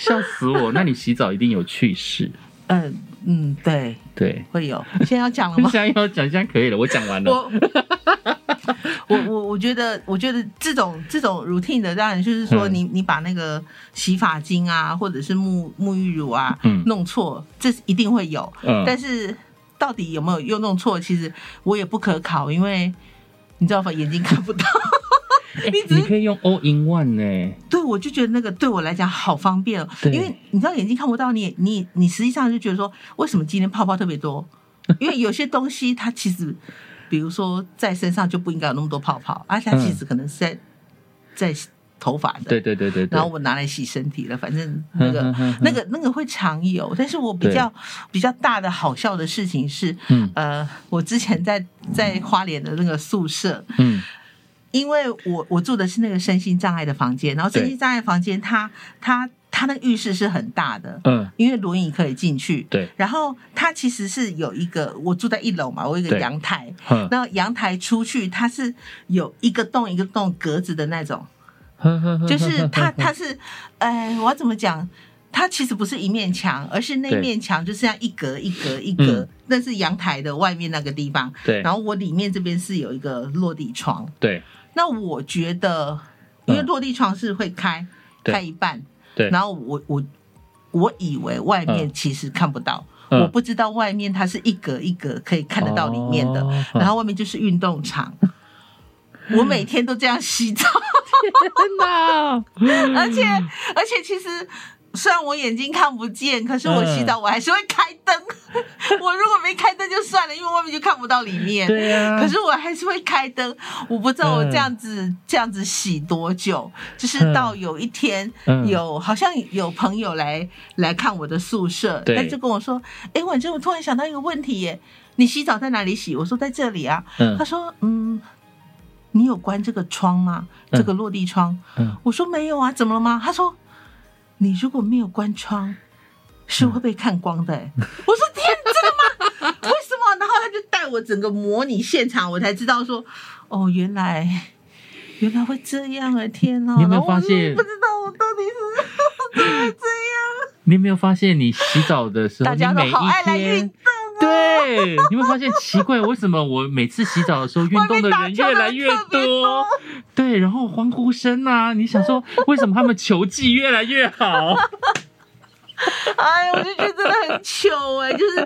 笑死我！那你洗澡一定有趣事。 嗯嗯，对对， 会有。现在要讲了吗？ 现在要讲，现在可以了，我讲完了。 我我我我觉得，我觉得这种这种 routine 的，当然就是说你，你、嗯、你把那个洗发精啊，或者是沐沐浴乳啊，嗯、弄错，这一定会有。嗯、但是到底有没有又弄错，其实我也不可考，因为你知道吧，眼睛看不到。 欸、你, 你可以用 all in one 呢、欸？ 对，我就觉得那个对我来讲好方便哦，因为你知道眼睛看不到，你你你实际上就觉得说，为什么今天泡泡特别多？因为有些东西它其实，比如说在身上就不应该有那么多泡泡，而且它其实可能是在、嗯、在头发的， 对对对 对, 对。 然后我拿来洗身体了，反正那个那个那个会常有。但是我比较比较大的好笑的事情是，嗯、呃，我之前在在花莲的那个宿舍，嗯。因为我我住的是那个身心障碍的房间，然后身心障碍房间它它它那个浴室是很大的，嗯，因为轮椅可以进去， 对。 然后它其实是有一个，我住在一楼嘛，我有一个阳台，嗯，那阳台出去它是有一个洞一个洞格子的那种，就是它它是，哎，我要怎么讲？它其实不是一面墙，而是那面墙就是像一格一格一格，那、嗯、是阳台的外面那个地方，对。然后我里面这边是有一个落地窗， 对。 那我觉得，因为落地窗是会开、嗯、开一半，对。然后我我我以为外面其实看不到、嗯，我不知道外面它是一格一格可以看得到里面的，哦、然后外面就是运动场。我每天都这样洗澡，天哪！而且而且其实。虽然我眼睛看不见，可是我洗澡我还是会开灯。嗯、我如果没开灯就算了，因为外面就看不到里面。对啊。可是我还是会开灯。我不知道我这样子、嗯、这样子洗多久，就是到有一天、嗯、有好像有朋友来来看我的宿舍，他就跟我说：“哎，婉珍，我突然想到一个问题耶，你洗澡在哪里洗？”我说：“在这里啊。嗯”他说：“嗯，你有关这个窗吗？这个落地窗？”嗯、我说：“没有啊，怎么了吗？”他说。你如果没有关窗，是会被看光的、欸。我说天，真的吗？为什么？然后他就带我整个模拟现场，我才知道说，哦，原来原来会这样啊！天哪！ 你有没有发现？ 我不知道我到底是怎么会这样。 你有没有发现，你洗澡的时候， 大家都好爱来运动、啊。 对，你有没有发现奇怪？为什么我每次洗澡的时候，运动的人越来越多？对，然后欢呼声啊！你想说，为什么他们球技越来越好？ 哎，我就觉得真的很糗哎、欸，就是，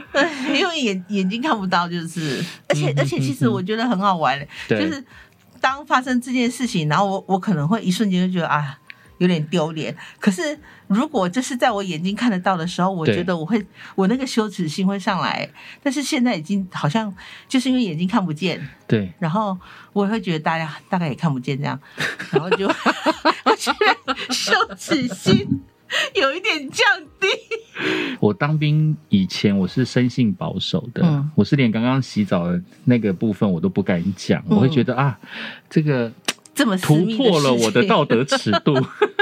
哎，因为眼眼睛看不到，就是，而且、嗯、而且，其实我觉得很好玩、欸，就是当发生这件事情，然后我我可能会一瞬间就觉得啊。有点丢脸，可是如果这是在我眼睛看得到的时候，我觉得我会，我那个羞耻心会上来。但是现在已经好像就是因为眼睛看不见，对，然后我也会觉得大家大概也看不见这样，然后就我觉得羞耻心有一点降低。 我当兵以前我是生性保守的，嗯、我是连刚刚洗澡的那个部分我都不敢讲，嗯、我会觉得啊，这个。 这么突破了我的道德尺度。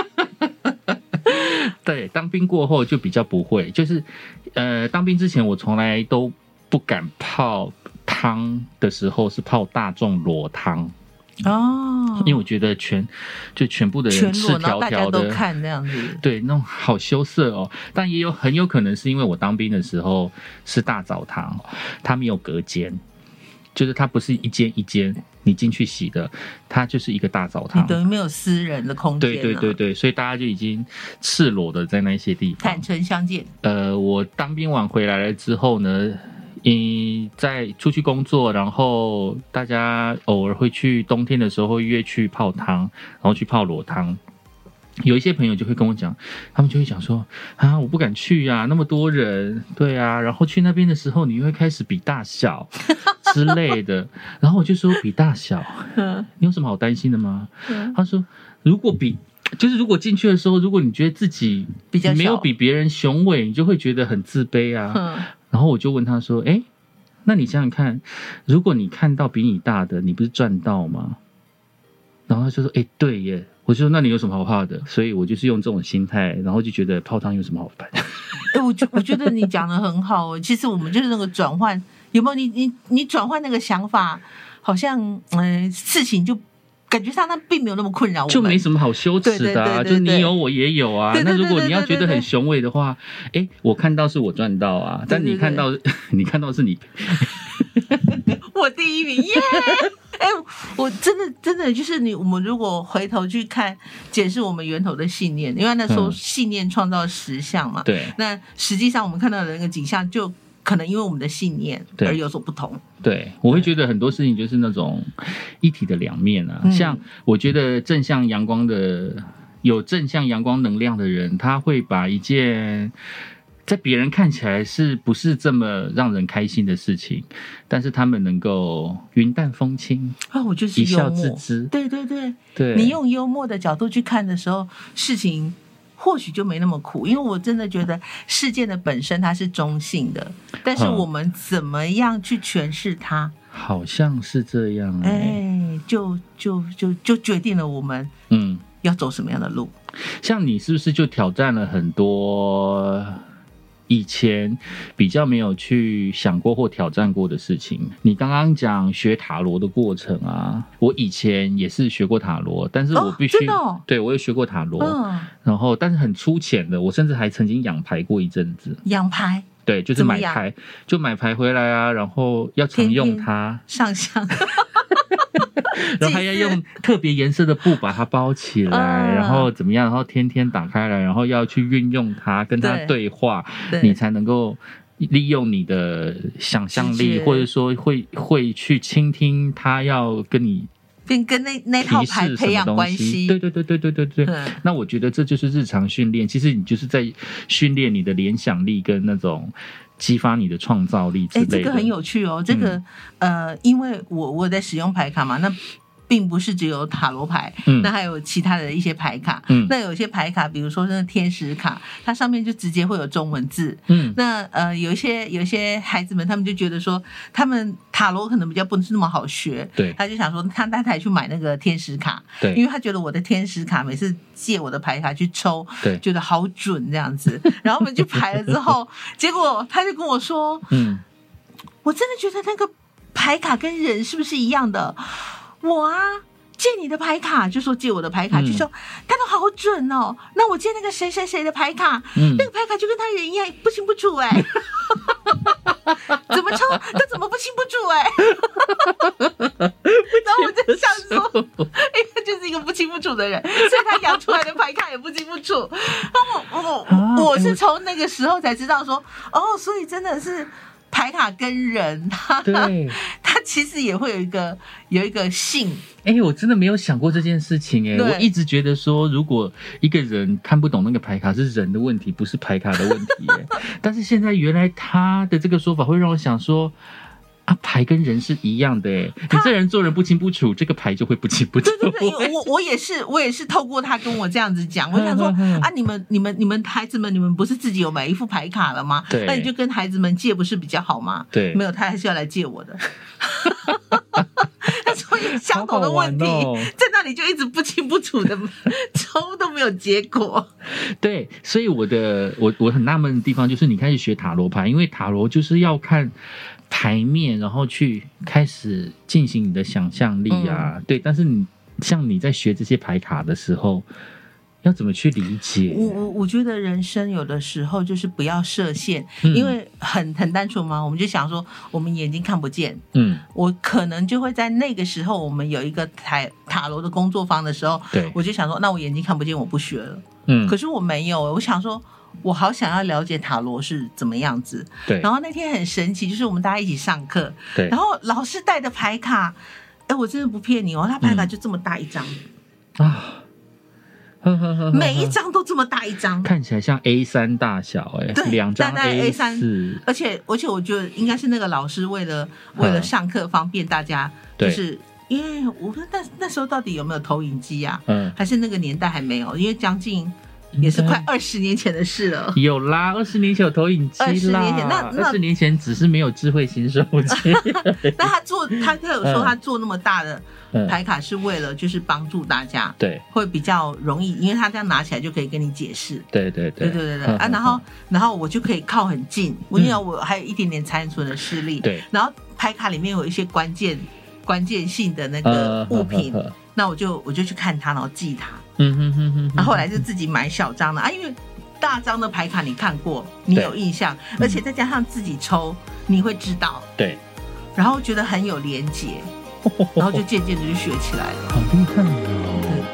对，当兵过后就比较不会，就是呃，当兵之前我从来都不敢泡汤的时候是泡大众裸汤哦，因为我觉得全就全部的人赤条条的，大家都看那样子， 对，那种好羞涩哦。但也有很有可能是因为我当兵的时候是大澡堂，它没有隔间。就是它不是一间一间你进去洗的，它就是一个大澡堂， 你等于没有私人的空间、啊。对对对对，所以大家就已经赤裸的在那些地方坦诚相见。 呃，我当兵完回来了之后呢，嗯，在出去工作，然后大家偶尔会去冬天的时候会约去泡汤，然后去泡裸汤。有一些朋友就会跟我讲，他们就会讲说啊，我不敢去啊，那么多人，对啊，然后去那边的时候，你会开始比大小之类的，然后我就说比大小，你有什么好担心的吗？他说，如果比，就是如果进去的时候，如果你觉得自己没有比别人雄伟，你就会觉得很自卑啊。然后我就问他说，哎，那你想想看，如果你看到比你大的，你不是赚到吗？然后他就说，哎，对耶。我就说那你有什么好怕的？所以我就是用这种心态，然后就觉得泡汤有什么好烦？ 哎，我觉我觉得你讲的很好。其实我们就是那个转换，有没有？你你你转换那个想法，好像嗯、呃，事情就感觉上它并没有那么困扰我们， 就没什么好羞耻的啊，就你有我也有啊。那如果你要觉得很雄伟的话，哎，我看到是我赚到啊，但你看到你看到是你， 我第一名耶！哎，我真的真的就是你，我们如果回头去看检视我们源头的信念，因为那时候信念创造实相嘛， 对， 那实际上我们看到的那个景象就。可能因为我们的信念而有所不同。 对，我会觉得很多事情就是那种一体的两面啊。嗯、像我觉得正向阳光的、有正向阳光能量的人，他会把一件在别人看起来是不是这么让人开心的事情，但是他们能够云淡风轻啊，我就是一笑置之。 对对对， 对， 你用幽默的角度去看的时候，事情。或许就没那么苦，因为我真的觉得事件的本身它是中性的，但是我们怎么样去诠释它， 好像是这样、欸， 哎，就就就就决定了我们嗯要走什么样的路。 像你是不是就挑战了很多以前比较没有去想过或挑战过的事情？你刚刚讲学塔罗的过程啊，我以前也是学过塔罗，但是我必须、 哦真的哦、 对我也学过塔罗、 嗯， 然后但是很粗浅的，我甚至还曾经养牌过一阵子。 养牌？ 对，就是买牌，就买牌回来啊，然后要常用它， 上香。 然后还要用特别颜色的布把它包起来、嗯、然后怎么样，然后天天打开来，然后要去运用它，跟它对话，你才能够利用你的想象力，或者说会会去倾听它要跟你并跟那那套牌培养关系。 对对对对对对对、嗯、那我觉得这就是日常训练，其实你就是在训练你的联想力跟那种激发你的创造力之类的。 欸、这个很有趣哦。这个、嗯、呃，因为我我在使用牌卡嘛，那并不是只有塔罗牌、嗯，那还有其他的一些牌卡。嗯，那有些牌卡，比如说那天使卡，它上面就直接会有中文字。嗯，那呃，有一些有一些孩子们，他们就觉得说，他们塔罗可能比较不是那么好学。 对， 他就想说，他他才去买那个天使卡。对，因为他觉得我的天使卡每次借我的牌卡去抽，对，觉得好准这样子。然后我们去排了之后，结果他就跟我说，嗯，我真的觉得那个牌卡跟人是不是一样的？我啊，借你的牌卡，就说借我的牌卡，嗯、就说他都好准哦。那我借那个谁谁谁的牌卡，嗯、那个牌卡就跟他人一样，不清不楚哎、欸。怎么抽他怎么不清不楚哎、欸？然后我就想说，哎，他就是一个不清不楚的人，所以他养出来的牌卡也不清不楚。然后我我我是从那个时候才知道说，哦，所以真的是。牌卡跟人，他对，他其实也会有一个有一个性。 哎、欸，我真的没有想过这件事情哎、欸，我一直觉得说，如果一个人看不懂那个牌卡是人的问题，不是牌卡的问题、欸。但是现在原来他的这个说法会让我想说。啊，牌跟人是一样的哎，你这人做人不清不楚，这个牌就会不清不楚。 对对对，我我也是，我也是透过他跟我这样子讲，我想说啊，你们你们你们孩子们，你们不是自己有买一副牌卡了吗？对，那你就跟孩子们借不是比较好吗？对，没有，他还是要来借我的。所以相同的问题好好、哦、在那里就一直不清不楚的抽都没有结果。 对，所以我的我我很纳闷的地方就是你开始学塔罗牌，因为塔罗就是要看牌面，然后去开始进行你的想象力啊、嗯、对，但是你像你在学这些牌卡的时候要怎么去理解？ 我我我觉得人生有的时候就是不要设限，嗯、因为很很单纯嘛，我们就想说我们眼睛看不见，嗯，我可能就会在那个时候，我们有一个塔塔罗的工作坊的时候，对，我就想说，那我眼睛看不见，我不学了，嗯，可是我没有，我想说。我好想要了解塔罗是怎么样子，对。然后那天很神奇，就是我们大家一起上课，对。然后老师带的牌卡，哎，我真的不骗你哦，他牌卡就这么大一张、嗯、啊。每一张都这么大一张， 看起来像 A 三 大小哎、欸，两张 A 四， 而且而且我觉得应该是那个老师为了为了上课方便大家，就是因为我说那那时候到底有没有投影机啊？嗯，还是那个年代还没有，因为将近。也是快二十年前的事了。 有啦，二十年前有投影机啦。二十年前，那那二十年前只是没有智慧型手机。 那他做他他有说他做那么大的牌卡是为了就是帮助大家，对，会比较容易，因为他这样拿起来就可以跟你解释。 对对对对对对对啊，然后然后我就可以靠很近，因为我还有一点点残存的视力。对，然后牌卡里面有一些关键。 关键性的那个物品， 呃、 那我就我就去看它，然后记它。 嗯哼哼哼， 然后后来就自己买小张的啊，因为大张的牌卡你看过，你有印象，而且再加上自己抽，你会知道。 对。 然后觉得很有连结，然后就渐渐的就学起来了。 好厉害哦！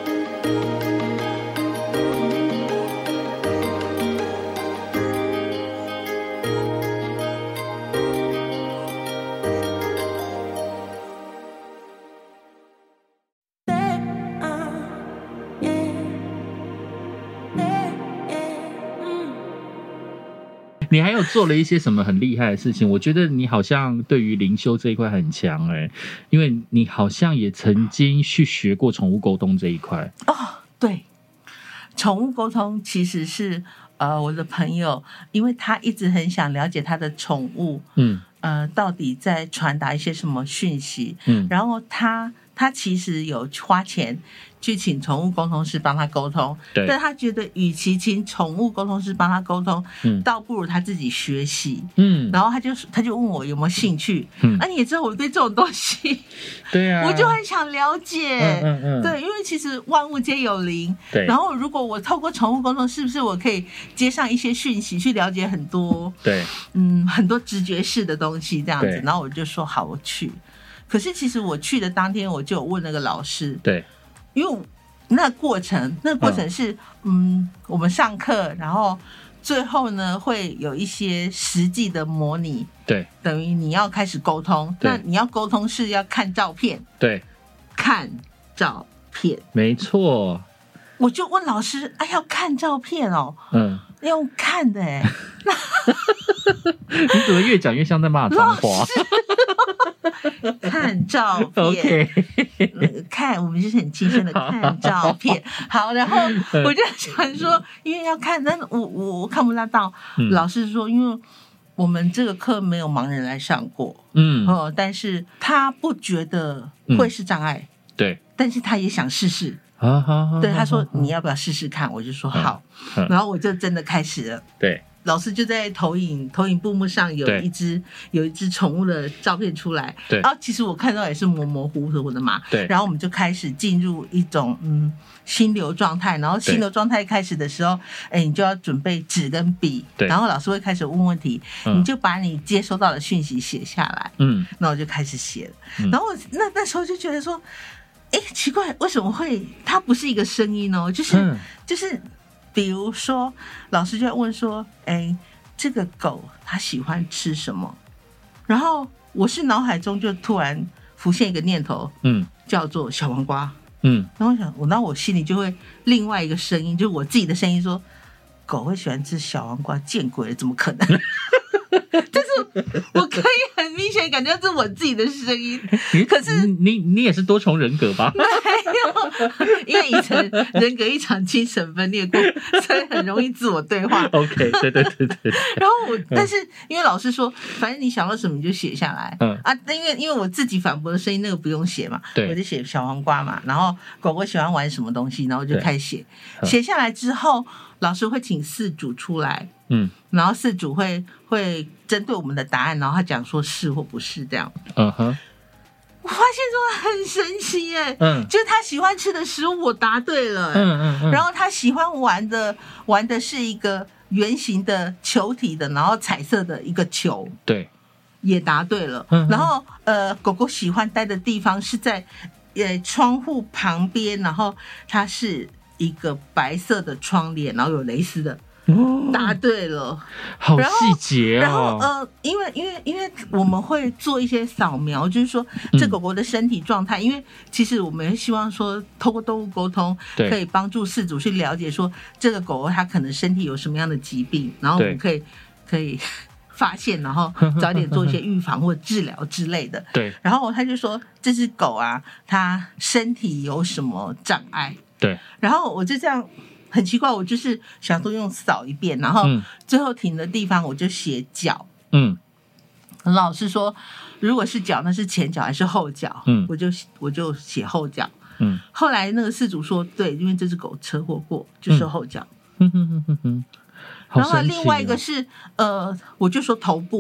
你还有做了一些什么很厉害的事情？我觉得你好像对于灵修这一块很强哎、欸，因为你好像也曾经去学过宠物沟通这一块哦。对，宠物沟通其实是呃我的朋友，因为他一直很想了解他的宠物，嗯呃到底在传达一些什么讯息，嗯，然后他他其实有花钱去请宠物沟通师帮他沟通，对，但他觉得与其请宠物沟通师帮他沟通，嗯，倒不如他自己学习，嗯，然后他就他就问我有没有兴趣，嗯，啊，你也知道我对这种东西，对啊，我就很想了解，嗯嗯嗯，对，因为其实万物皆有灵，对，然后如果我透过宠物沟通，是不是我可以接上一些讯息，去了解很多，对，嗯，很多直觉式的东西这样子，然后我就说好，我去。可是其实我去的当天，我就有问那个老师，对，因为那过程，那过程是，嗯, 嗯，我们上课，然后最后呢会有一些实际的模拟，对，等于你要开始沟通，那你要沟通是要看照片，对，看照片， 没错。 我就问老师，哎，要看照片哦，嗯，要用看的哎， 你怎么越讲越像在骂脏话？ 看照片 ，OK， 看我们就是很轻声的看照片。好，然后我就想说，因为要看，但我我我看不大到。嗯、老师说，因为我们这个课没有盲人来上过，嗯，哦，但是他不觉得会是障碍，嗯、对，但是他也想试试。啊哈，对，他说你要不要试试看？我就说好，嗯、然后我就真的开始了。对。老师就在投影投影布幕上有一只有一只宠物的照片出来，对，然后其实我看到也是模模糊糊的嘛，对，然后我们就开始进入一种嗯心流状态，然后心流状态开始的时候，哎，你就要准备纸跟笔，对，然后老师会开始问问题，嗯、你就把你接收到的讯息写下来，嗯，那我就开始写了，嗯、然后我那那时候就觉得说，哎，奇怪，为什么会它不是一个声音哦，就是、嗯、就是。比如说，老师就会问说：“哎，这个狗它喜欢吃什么？”然后我是脑海中就突然浮现一个念头，嗯，叫做小黄瓜，嗯。然后我想，我那我心里就会另外一个声音，就是我自己的声音说：“狗会喜欢吃小黄瓜，见鬼了，怎么可能？”就是我可以很明显感觉到这是我自己的声音，可是你你也是多重人格吧？ 没有，因为以前人格一场精神分裂过，所以很容易自我对话。 OK， 对对对对。 然后我，但是因为老师说，反正你想到什么你就写下来，嗯啊，因为因为我自己反驳的声音那个不用写嘛，对，我就写小黄瓜嘛，然后狗狗喜欢玩什么东西，然后就开始写，写下来之后，老师会请饲主出来。嗯，然后饲主会会针对我们的答案，然后他讲说是或不是这样。嗯哼，我发现说很神奇耶，嗯，就是他喜欢吃的食物我答对了，嗯嗯嗯，然后他喜欢玩的玩的是一个圆形的球体的，然后彩色的一个球，对，也答对了。嗯，然后呃，狗狗喜欢待的地方是在呃窗户旁边，然后它是一个白色的窗帘，然后有蕾丝的。答对了， 好细节哦。 然后呃，因为因为因为我们会做一些扫描，就是说这狗狗的身体状态。嗯、因为其实我们希望说，透过动物沟通，可以帮助饲主去了解说这个狗狗它可能身体有什么样的疾病，然后我们可以可以发现，然后早点做一些预防或治疗之类的。对。然后他就说这只狗啊，它身体有什么障碍？对。然后我就这样。很奇怪，我就是想说用扫一遍，然后最后停的地方我就写脚。嗯，老师说，如果是脚，那是前脚还是后脚？嗯，我就我就写后脚。嗯，后来那个饲主说，对，因为这只狗车祸过，就是后脚。嗯哼哼哼哼。然后另外一个是呃，我就说头部。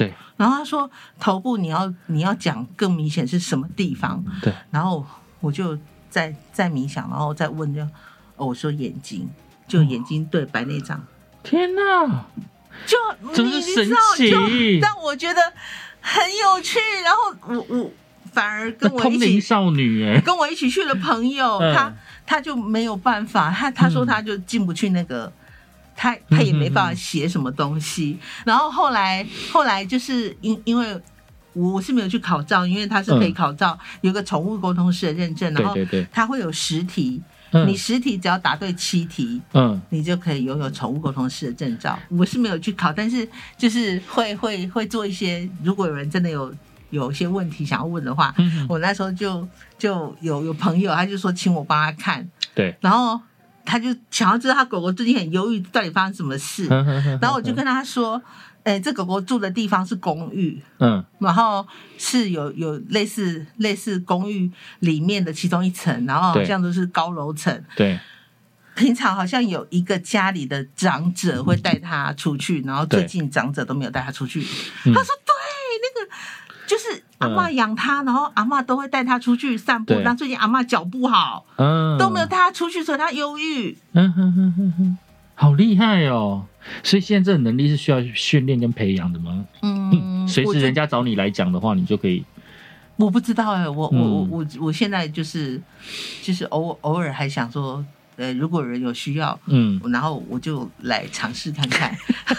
对。 然后他说头部你要你要讲更明显是什么地方。 对。 然后我就再再冥想，然后再问就，哦，我说眼睛，就眼睛对白内障。 天哪！ 就真是神奇， 就让我觉得很有趣。然后我我反而跟我一起通灵少女哎， 跟我一起去的朋友，嗯、他他就没有办法，他他说他就进不去那个，嗯、他他也没办法写什么东西。嗯、然后后来后来就是因因为我是没有去考照，因为他是可以考照，嗯、有个宠物沟通师的认证，然后他会有十题。嗯、你十题只要答对七题，嗯，你就可以拥有宠物沟通师的证照。我是没有去考，但是就是会会会做一些，如果有人真的有有一些问题想要问的话，嗯、我那时候就就有有朋友，他就说请我帮他看， 对， 然后他就想要知道他狗狗最近很忧郁，到底发生什么事，然后我就跟他说。哎、欸，这狗狗住的地方是公寓，嗯，然后是有有类似类似公寓里面的其中一层，然后好像都是高楼层， 对。 平常好像有一个家里的长者会带他出去，然后最近长者都没有带他出去。他说：“对，那个就是阿嬷养他，然后阿嬷都会带他出去散步。但最近阿嬷脚不好，嗯，都没有带他出去，所以他忧郁。”嗯哼哼哼哼。 好厉害哦！所以现在这个能力是需要训练跟培养的吗？嗯，随时人家找你来讲的话，你就可以。 我不知道哎、欸，我、嗯、我我我我现在就是就是偶偶尔还想说，呃，如果有人有需要，嗯，然后我就来尝试看看。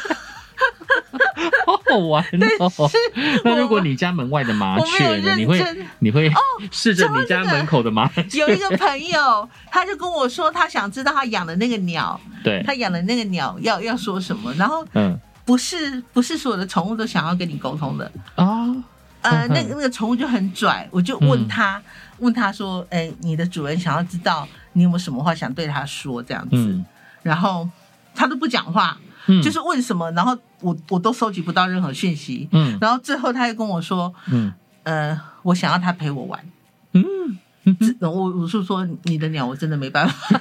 好好玩哦！那如果你家门外的麻雀呢？你会你会试着你家门口的麻雀？ 有一个朋友，他就跟我说，他想知道他养的那个鸟， 对， 他养的那个鸟要要说什么。然后，嗯，不是不是所有的宠物都想要跟你沟通的哦。呃，那个那个宠物就很拽，我就问他、嗯、问他说，哎、欸，你的主人想要知道你有没有什么话想对他说这样子，嗯、然后他都不讲话。嗯、就是问什么，然后我我都收集不到任何讯息，嗯，然后最后他又跟我说，嗯，呃，我想要他陪我玩，嗯，嗯我我是说你的鸟我真的没办法，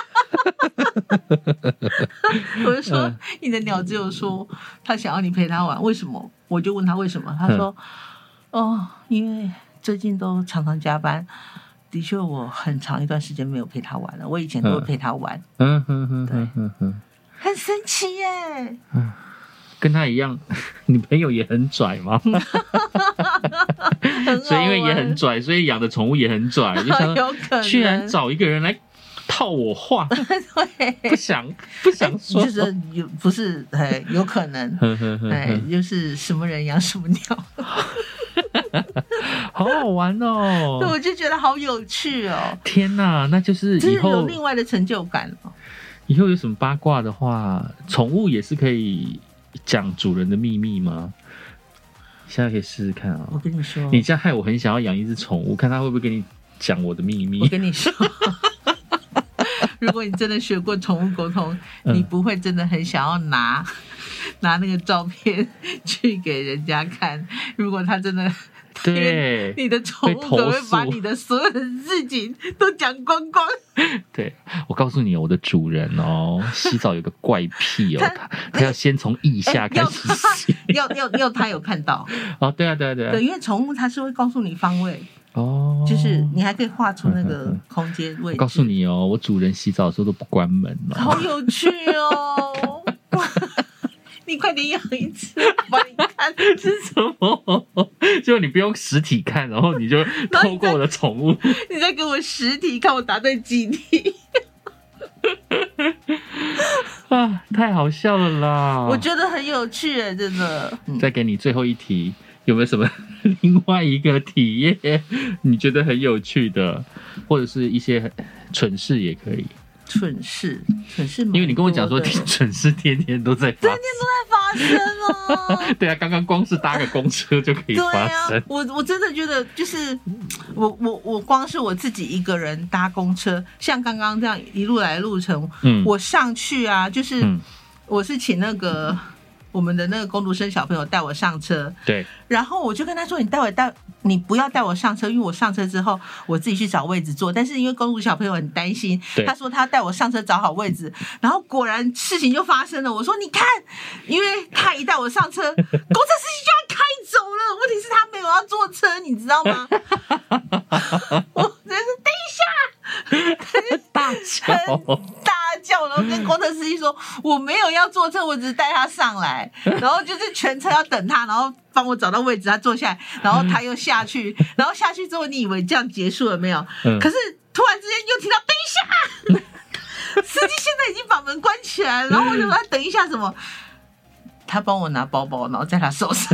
我就说、嗯、你的鸟只有说他想要你陪他玩，为什么？我就问他为什么，他说，嗯、哦，因为最近都常常加班。的确，我很长一段时间没有陪他玩了。我以前都会陪他玩，嗯哼哼，对，嗯哼。很神奇耶！嗯， 跟他一样，你朋友也很拽吗？所以因为也很拽，所以养的宠物也很拽，就想有可能居然找一个人来套我话，对，不想不想说， 就是有不是哎，有可能，哎，就是什么人养什么鸟， 好好玩哦！ 对，我就觉得好有趣哦！ 天哪，那就是以后有另外的成就感哦。 以后有什么八卦的话，宠物也是可以讲主人的秘密吗？现在可以试试看啊、哦！ 我跟你说， 你这样害我很想要养一只宠物，看它会不会跟你讲我的秘密。 我跟你说，如果你真的学过宠物沟通，嗯、你不会真的很想要拿拿那个照片去给人家看。如果他真的。 对， 你的宠物可会把你的所有的事情都讲光光。 对，我告诉你，我的主人哦，洗澡有个怪癖哦，他他要先从腋下开始洗， 要要要他有看到哦，对啊对啊对啊， 对，因为宠物它是会告诉你方位哦，就是你还可以画出那个空间位置。 告诉你哦，我主人洗澡的时候都不关门哦， 好有趣哦。你快点养一次，帮你看是什么？就你不用实体看，然后你就透过我的宠物， 你再给我实体看，我答对几题。 啊，太好笑了啦！ 我觉得很有趣耶，真的。 嗯、再给你最后一题，有没有什么另外一个体验你觉得很有趣的，或者是一些蠢事也可以？ 蠢事，蠢事， 因为你跟我讲说，蠢事天天都在发生， 天天都在发生啊！ 对啊，刚刚光是搭个公车就可以发生。 啊、我我真的觉得，就是我我我光是我自己一个人搭公车，像刚刚这样一路来路程，嗯，我上去啊，就是、嗯、我是请那个我们的那个工读生小朋友带我上车， 对， 然后我就跟他说：“你带我带，你不要带我上车，因为我上车之后我自己去找位置坐。”但是因为工读小朋友很担心，他说他带我上车找好位置，然后果然事情就发生了。我说：“你看，因为他一带我上车，公车司机就要开走了，问题是他没有要坐车，你知道吗？”我真是等一下， 大叫大叫，然后跟公车司机说我没有要坐车，我只是带他上来，然后就是全车要等他，然后帮我找到位置，他坐下来，然后他又下去，然后下去之后，你以为这样结束了没有？嗯、可是突然之间又听到等一下，司机现在已经把门关起来了，然后我就说等一下什么？他帮我拿包包，然后在他手上。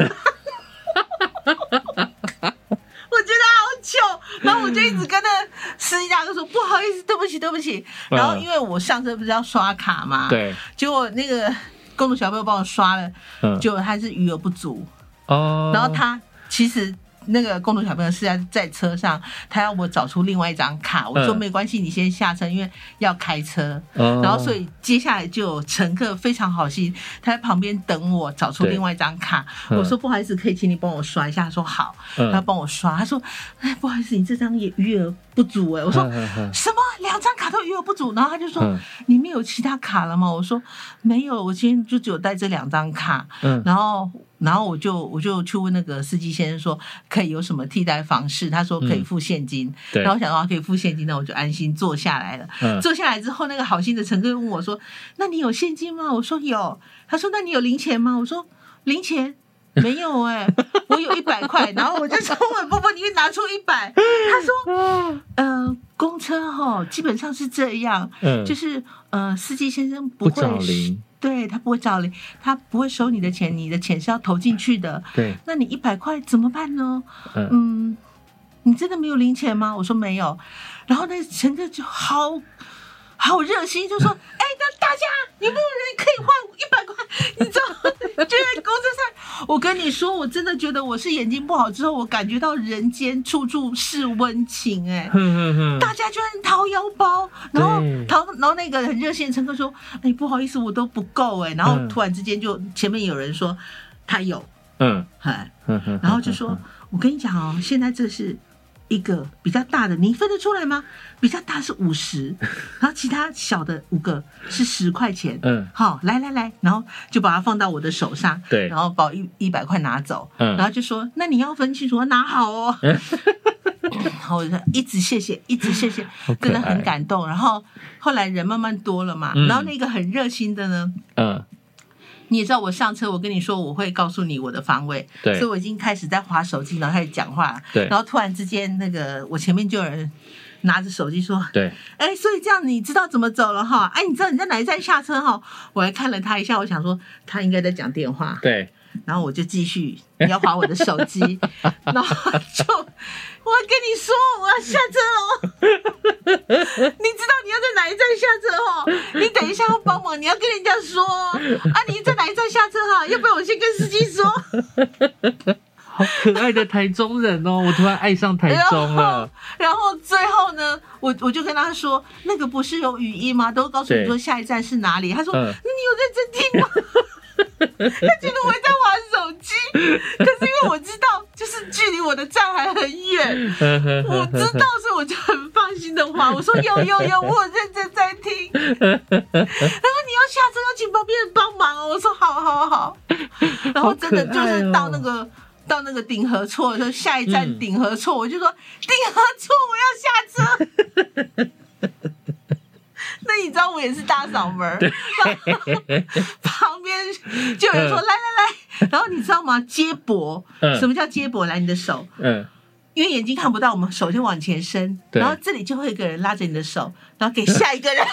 我觉得好糗，然后我就一直跟那司机大哥说不好意思，对不起，对不起。然后因为我上车不是要刷卡嘛， 对， 结果那个公主小朋友帮我刷了，嗯，结果他是余额不足哦。然后他其实那个公主小朋友是在在车上，他要我找出另外一张卡，我说没关系，你先下车，因为要开车。嗯、然后所以接下来就有乘客非常好心，他在旁边等我找出另外一张卡。我说不好意思，可以请你帮我刷一下。他说好，他帮我刷。他说哎，不好意思，你这张也余额不足哎。我说什么？两张卡都余额不足？然后他就说里面有其他卡了吗？我说没有，我今天就只有带这两张卡。嗯，然后。然后我就我就去问那个司机先生说，可以有什么替代方式？他说可以付现金。嗯、然后我想到可以付现金，那我就安心坐下来了。嗯、坐下来之后，那个好心的乘客问我说：“那你有现金吗？”我说有。他说：“那你有零钱吗？”我说：“零钱没有哎、欸，我有一百块。”然后我就从我包包里面拿出一百。他说：“呃，公车哈基本上是这样，嗯、就是呃司机先生不会不找零。” 对，他不会找你，他不会收你的钱，你的钱是要投进去的。 对， 那你一百块怎么办呢？嗯, 嗯，你真的没有零钱吗？我说没有。然后那乘客就好好热心，就说：“哎、欸，那大家有没有人可以换一百块？你知道，就在公车上，我跟你说，我真的觉得我是眼睛不好之后，我感觉到人间处处是温情、欸。哎，大家居然掏腰包，然后掏，然后那个很热心的乘客说：‘哎，不好意思，我都不够。’哎，然后突然之间就前面有人说他有，嗯，哎，然后就说：‘我跟你讲哦，现在这是。’一个比较大的，你分得出来吗？比较大是五十，然后其他小的五个是十块钱。嗯，好，来来来，然后就把它放到我的手上， 对， 然后把一一百块拿走，嗯，然后就说，那你要分清楚，拿好哦。然后我就一直谢谢，一直谢谢，真的很感动。然后后来人慢慢多了嘛，嗯、然后那个很热心的呢，嗯。你也知道我上车，我跟你说我会告诉你我的方位， 对， 所以我已经开始在滑手机，然后开始讲话， 对， 然后突然之间那个我前面就有人拿着手机说， 对， 哎，所以这样你知道怎么走了哈？哎，你知道你在哪一站下车哈？我还看了他一下，我想说他应该在讲电话， 对， 然后我就继续要滑我的手机，然后就我跟你说我要下车哦，你知道你要在哪一站下车哦？你等一下要帮忙，你要跟人家说啊，你在哪一站下车哈？要不然我先跟司机说。 好可爱的台中人哦，我突然爱上台中了。 然后, 然后最后呢，我我就跟他说，那个不是有语音吗？都告诉你说下一站是哪里。他说，嗯、那你有认真听吗？他觉得我在滑手机，可是因为我知道，就是距离我的站还很远，我知道，所以我就很放心的滑。我说有有有，我有认真在听。他说你要下车要请旁边人帮忙哦。我说好好好。然后真的就是到那个。到那个顶河错，说下一站顶河错，嗯、我就说顶河错，我要下车。那你知道我也是大嗓门，旁边就有人说、嗯、来来来，然后你知道吗？接驳，嗯、什么叫接驳？来你的手，嗯，因为眼睛看不到，我们手就往前伸，然后这里就会有一个人拉着你的手，然后给下一个人，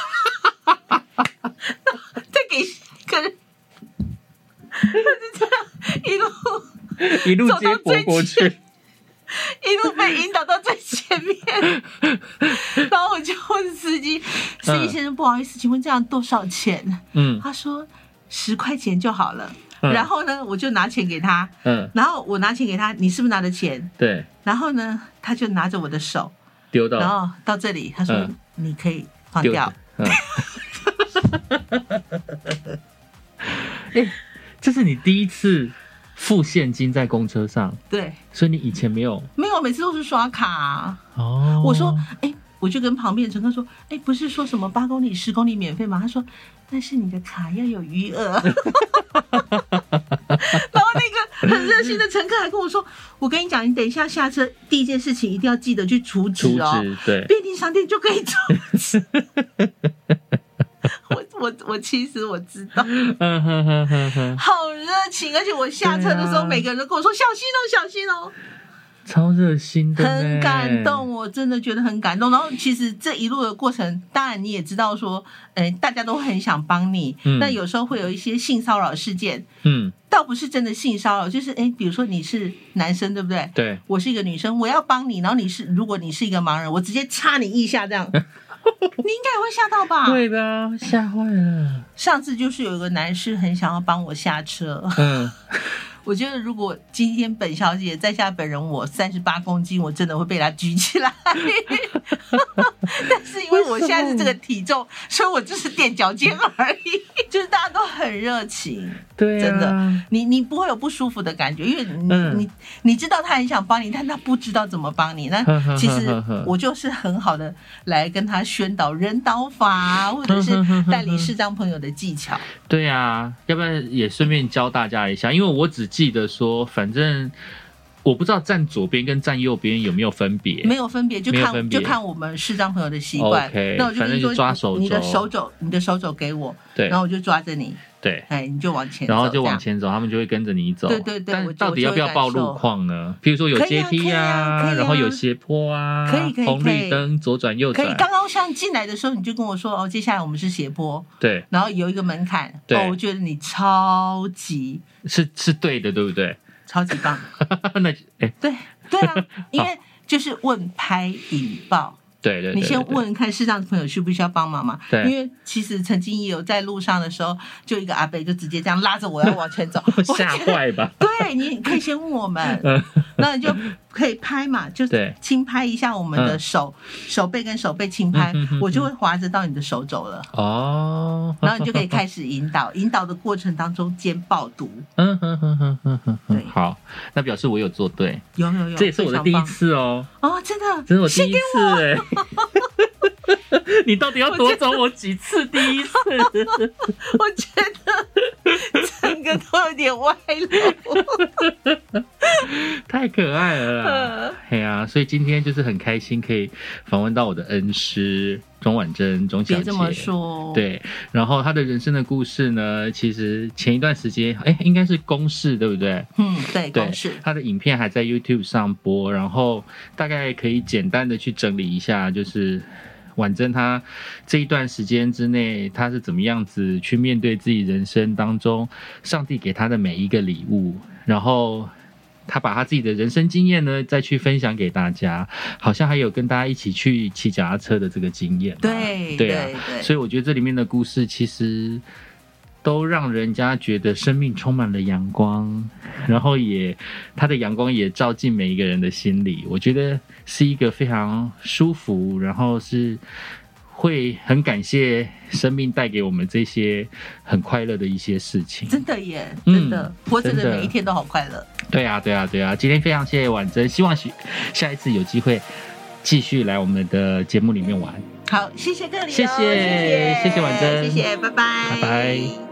再给下一个人，就这样一路。 一路接驳过去， 一路被引导到最前面，然后我就问司机：“司机先生，不好意思，请问这样多少钱？”嗯，他说十块钱就好了。嗯、然后呢，我就拿钱给他。嗯，然后我拿钱给他，你是不是拿的钱？ 对。 然后呢，他就拿着我的手丢到， 然后到这里，他说：“嗯、你可以放掉。嗯” 欸这是你第一次付现金在公车上？ 对， 所以你以前没有？ 没有，每次都是刷卡、啊。 哦， 我说，哎、欸，我就跟旁边的乘客说，哎、欸，不是说什么八公里、十公里免费吗？他说，但是你的卡要有余额。然后那个很热心的乘客还跟我说，我跟你讲，你等一下下车第一件事情一定要记得去储值哦， 对， 便利商店就可以储值。我我我其实我知道，好热情，而且我下车的时候，啊、每个人都跟我说小心哦，小心哦， 超热心的， 很感动，我真的觉得很感动。然后其实这一路的过程，当然你也知道说，呃，大家都很想帮你，嗯、但有时候会有一些性骚扰事件，嗯，倒不是真的性骚扰，就是哎，比如说你是男生，对不对？ 对， 我是一个女生，我要帮你，然后你是如果你是一个盲人，我直接插你一下这样。你应该也会吓到吧？ 会的，吓坏了。 上次就是有一个男士很想要帮我下车，嗯，我觉得如果今天本小姐在下本人我三十八公斤，我真的会被她举起来。但是因为我现在是这个体重，所以我就是垫脚尖而已。就是大家都很热情， 对、啊， 真的，你你不会有不舒服的感觉，因为你、嗯、你你知道他很想帮你，但他不知道怎么帮你。那其实我就是很好的来跟他宣导人导法，或者是带领视障朋友的技巧。 对啊，要不然也顺便教大家一下，因为我只记得说，反正我不知道站左边跟站右边有没有分别， 没有分别，就看就看我们视障朋友的习惯。 Okay, 那我就跟你说， 抓手肘， 你的手肘，你的手肘给我， 对， 然后我就抓着你， 对， 哎，你就往前走， 然后就往前走，他们就会跟着你走。 对对对， 但到底要不要报路况呢？比如说有阶梯啊， 啊啊然后有斜坡啊， 可以可以， 红绿灯左转右转。 可以，刚刚像进来的时候，你就跟我说哦，接下来我们是斜坡， 对， 然后有一个门槛， 对， 哦，我觉得你超级是是对的，对不对？ 超级棒。 那哎， 对对啊，因为就是问拍引爆。 对 对, 对, 对， 你先问看视障朋友需不需要帮忙嘛？ 对， 因为其实曾经也有在路上的时候，就一个阿伯就直接这样拉着我要往前走， 吓坏吧？ 对，你可以先问我们，那你就可以拍嘛，就轻拍一下我们的手、嗯、手背跟手背轻拍，嗯、哼哼哼我就会滑着到你的手肘了。哦，然后你就可以开始引导，引导的过程当中兼爆读。嗯哼哼哼哼哼，对， 好，那表示我有做对， 有有有， 这也是我的第一次哦。 哦，真的， 这是我第一次哎、欸。你到底要夺走我几次第一次？ 我觉得整个都有点歪楼， 太可爱了啦！哎呀、啊，所以今天就是很开心可以访问到我的恩师钟婉珍钟小姐。 别这么说， 对。然后她的人生的故事呢，其实前一段时间，哎，应该是公视对不对？ 嗯，对，公视。 她的影片还在 YouTube 上播，然后大概可以简单的去整理一下，就是婉珍她这一段时间之内，她是怎么样子去面对自己人生当中上帝给她的每一个礼物，然后她把她自己的人生经验呢再去分享给大家，好像还有跟大家一起去骑脚踏车的这个经验。 对对啊， 对对， 所以我觉得这里面的故事其实都让人家觉得生命充满了阳光，然后也他的阳光也照进每一个人的心里，我觉得是一个非常舒服，然后是会很感谢生命带给我们这些很快乐的一些事情。 真的耶，真的，嗯、活着的每一天都好快乐。 对啊，对啊，对啊！今天非常谢谢婉珍，希望下一次有机会继续来我们的节目里面玩。 好，谢谢各位， 谢谢，谢谢婉珍， 谢谢，拜拜， 拜拜。